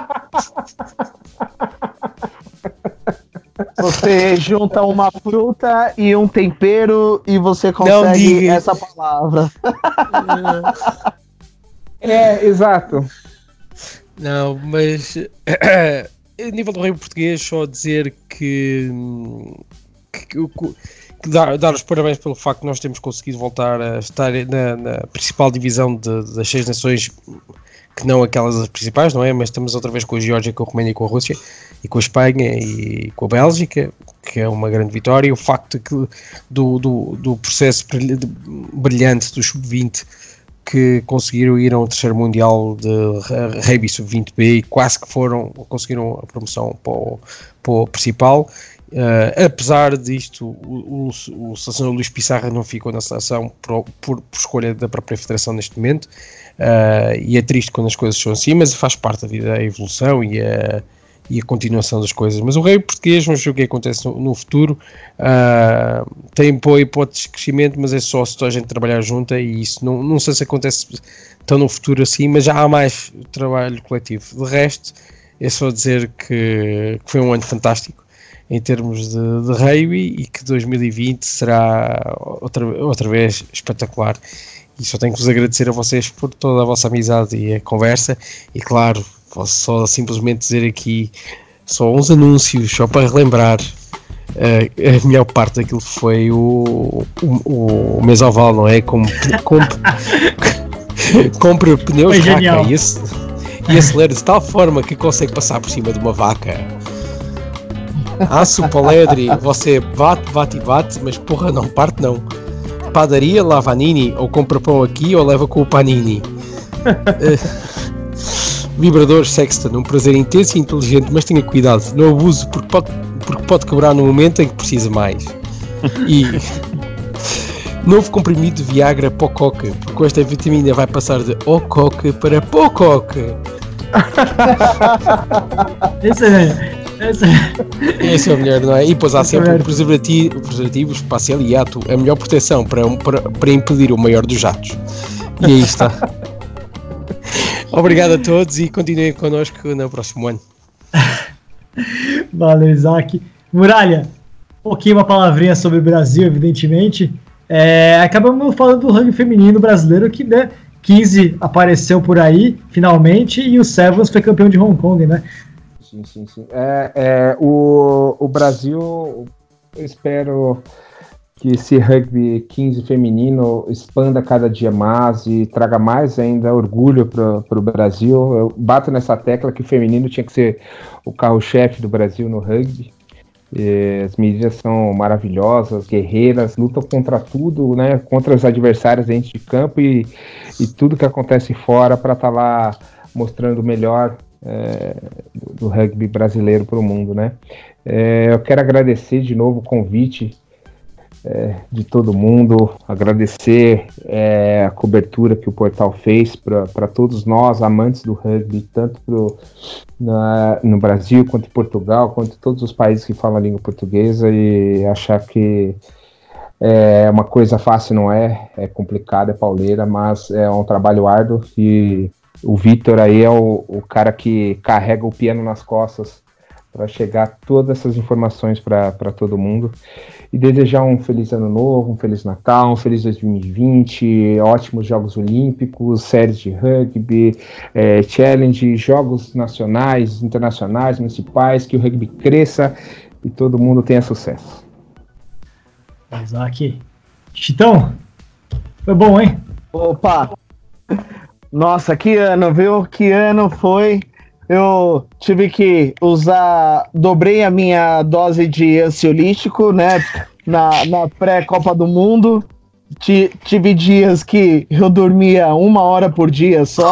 Você junta uma fruta e um tempero e você consegue essa palavra. Exato. Não, mas a nível do rugby português, só dizer que dar os parabéns pelo facto de nós termos conseguido voltar a estar na principal divisão das 6 nações, que não aquelas principais, não é? Mas estamos outra vez com a Geórgia, com a Roménia e com a Rússia, e com a Espanha e com a Bélgica, que é uma grande vitória. O facto do processo brilhante do Sub-20, que conseguiram ir ao terceiro Mundial de Rugby Sub-20B e quase que conseguiram a promoção para o principal. Apesar disto, o selecionador Luís Pissarra não ficou na seleção por escolha da própria federação neste momento, e é triste quando as coisas são assim, mas faz parte da vida, a evolução e a continuação das coisas. Mas o rugby português, vamos ver o que acontece no futuro. Tem boa hipótese de crescimento, mas é só se toda a gente trabalhar junta, e isso não sei se acontece tão no futuro assim, mas já há mais trabalho coletivo. De resto, é só dizer que foi um ano fantástico em termos de rugby, e que 2020 será outra vez espetacular. E só tenho que vos agradecer a vocês por toda a vossa amizade e a conversa, e claro, posso só simplesmente dizer aqui só uns anúncios, só para relembrar a melhor parte daquilo que foi o Mesoval, não é? Compre pneus Raka e acelera de tal forma que consegue passar por cima de uma vaca. Aço Poledri, você bate, mas porra, não parte não. Padaria Lavanini, ou compra pão aqui ou leva com o Panini. Vibrador Sexton, um prazer intenso e inteligente, mas tenha cuidado, não abuse porque pode quebrar no momento em que precisa mais. E novo comprimido de Viagra Pocoque, porque com esta vitamina vai passar de Ocoque para Pocoque. Esse é o melhor, não é? E depois há sempre o preservativo espacial e ato, a melhor proteção para impedir o maior dos jatos. E aí está. Obrigado a todos e continuem connosco no próximo ano. Valeu, Isaac. Muralha, um pouquinho uma palavrinha sobre o Brasil, evidentemente. Acabamos falando do rugby feminino brasileiro, que 15 apareceu por aí, finalmente, e o Sevens foi campeão de Hong Kong, né? Sim. O Brasil, eu espero que esse rugby 15 feminino expanda cada dia mais e traga mais ainda orgulho para o Brasil. Eu bato nessa tecla que o feminino tinha que ser o carro-chefe do Brasil no rugby. As meninas são maravilhosas, guerreiras, lutam contra tudo, né? Contra os adversários dentro de campo e tudo que acontece fora para estar lá mostrando o melhor do rugby brasileiro para o mundo, né? Eu quero agradecer de novo o convite de todo mundo, agradecer a cobertura que o portal fez para todos nós, amantes do rugby, tanto no Brasil, quanto em Portugal, quanto em todos os países que falam a língua portuguesa, e achar que uma coisa fácil não é complicado, é pauleira, mas é um trabalho árduo, e o Vitor aí é o cara que carrega o piano nas costas para chegar todas essas informações para todo mundo, e desejar um feliz ano novo, um feliz Natal, um feliz 2020, ótimos Jogos Olímpicos, séries de rugby, challenge, jogos nacionais, internacionais, municipais, que o rugby cresça e todo mundo tenha sucesso. Isaac. Chitão, foi bom, hein? Opa! Nossa, que ano, viu? Que ano foi? Eu tive que dobrei a minha dose de ansiolítico, né, na pré-Copa do Mundo. Tive dias que eu dormia 1 hora por dia só,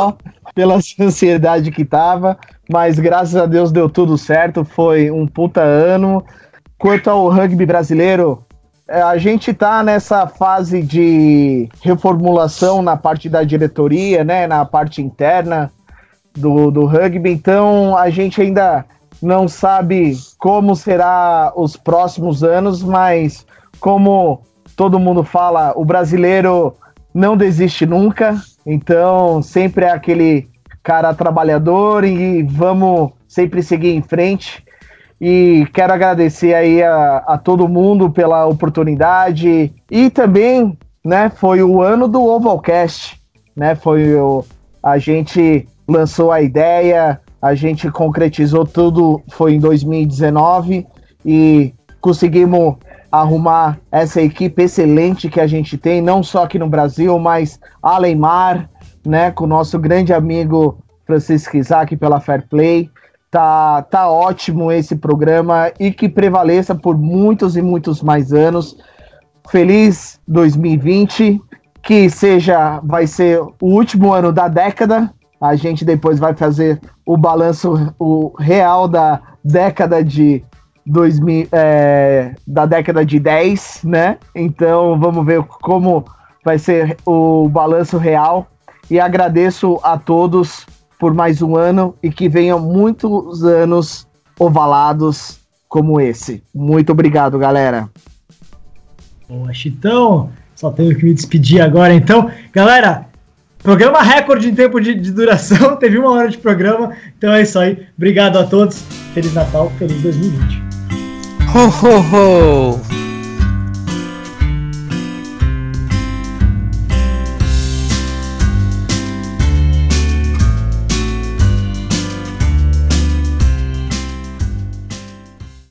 pela ansiedade que tava, mas graças a Deus deu tudo certo, foi um puta ano. Quanto ao rugby brasileiro, a gente tá nessa fase de reformulação na parte da diretoria, né, na parte interna do rugby, então a gente ainda não sabe como será os próximos anos, mas como todo mundo fala, o brasileiro não desiste nunca, então sempre é aquele cara trabalhador e vamos sempre seguir em frente. E quero agradecer aí a todo mundo pela oportunidade e também, né, foi o ano do Ovalcast, né, a gente lançou a ideia, a gente concretizou tudo, foi em 2019 e conseguimos arrumar essa equipe excelente que a gente tem, não só aqui no Brasil, mas além mar, né, com o nosso grande amigo Francisco Isaac pela Fair Play. Tá ótimo esse programa e que prevaleça por muitos e muitos mais anos. Feliz 2020, que vai ser o último ano da década. A gente depois vai fazer o balanço real da década de 2000, da década de 10, né? Então vamos ver como vai ser o balanço real. E agradeço a todos por mais um ano e que venham muitos anos ovalados como esse. Muito obrigado, galera. Boa, Chitão. Só tenho que me despedir agora, então. Galera, programa recorde em tempo de duração. Teve 1 hora de programa. Então é isso aí. Obrigado a todos. Feliz Natal, feliz 2020. Ho, ho, ho!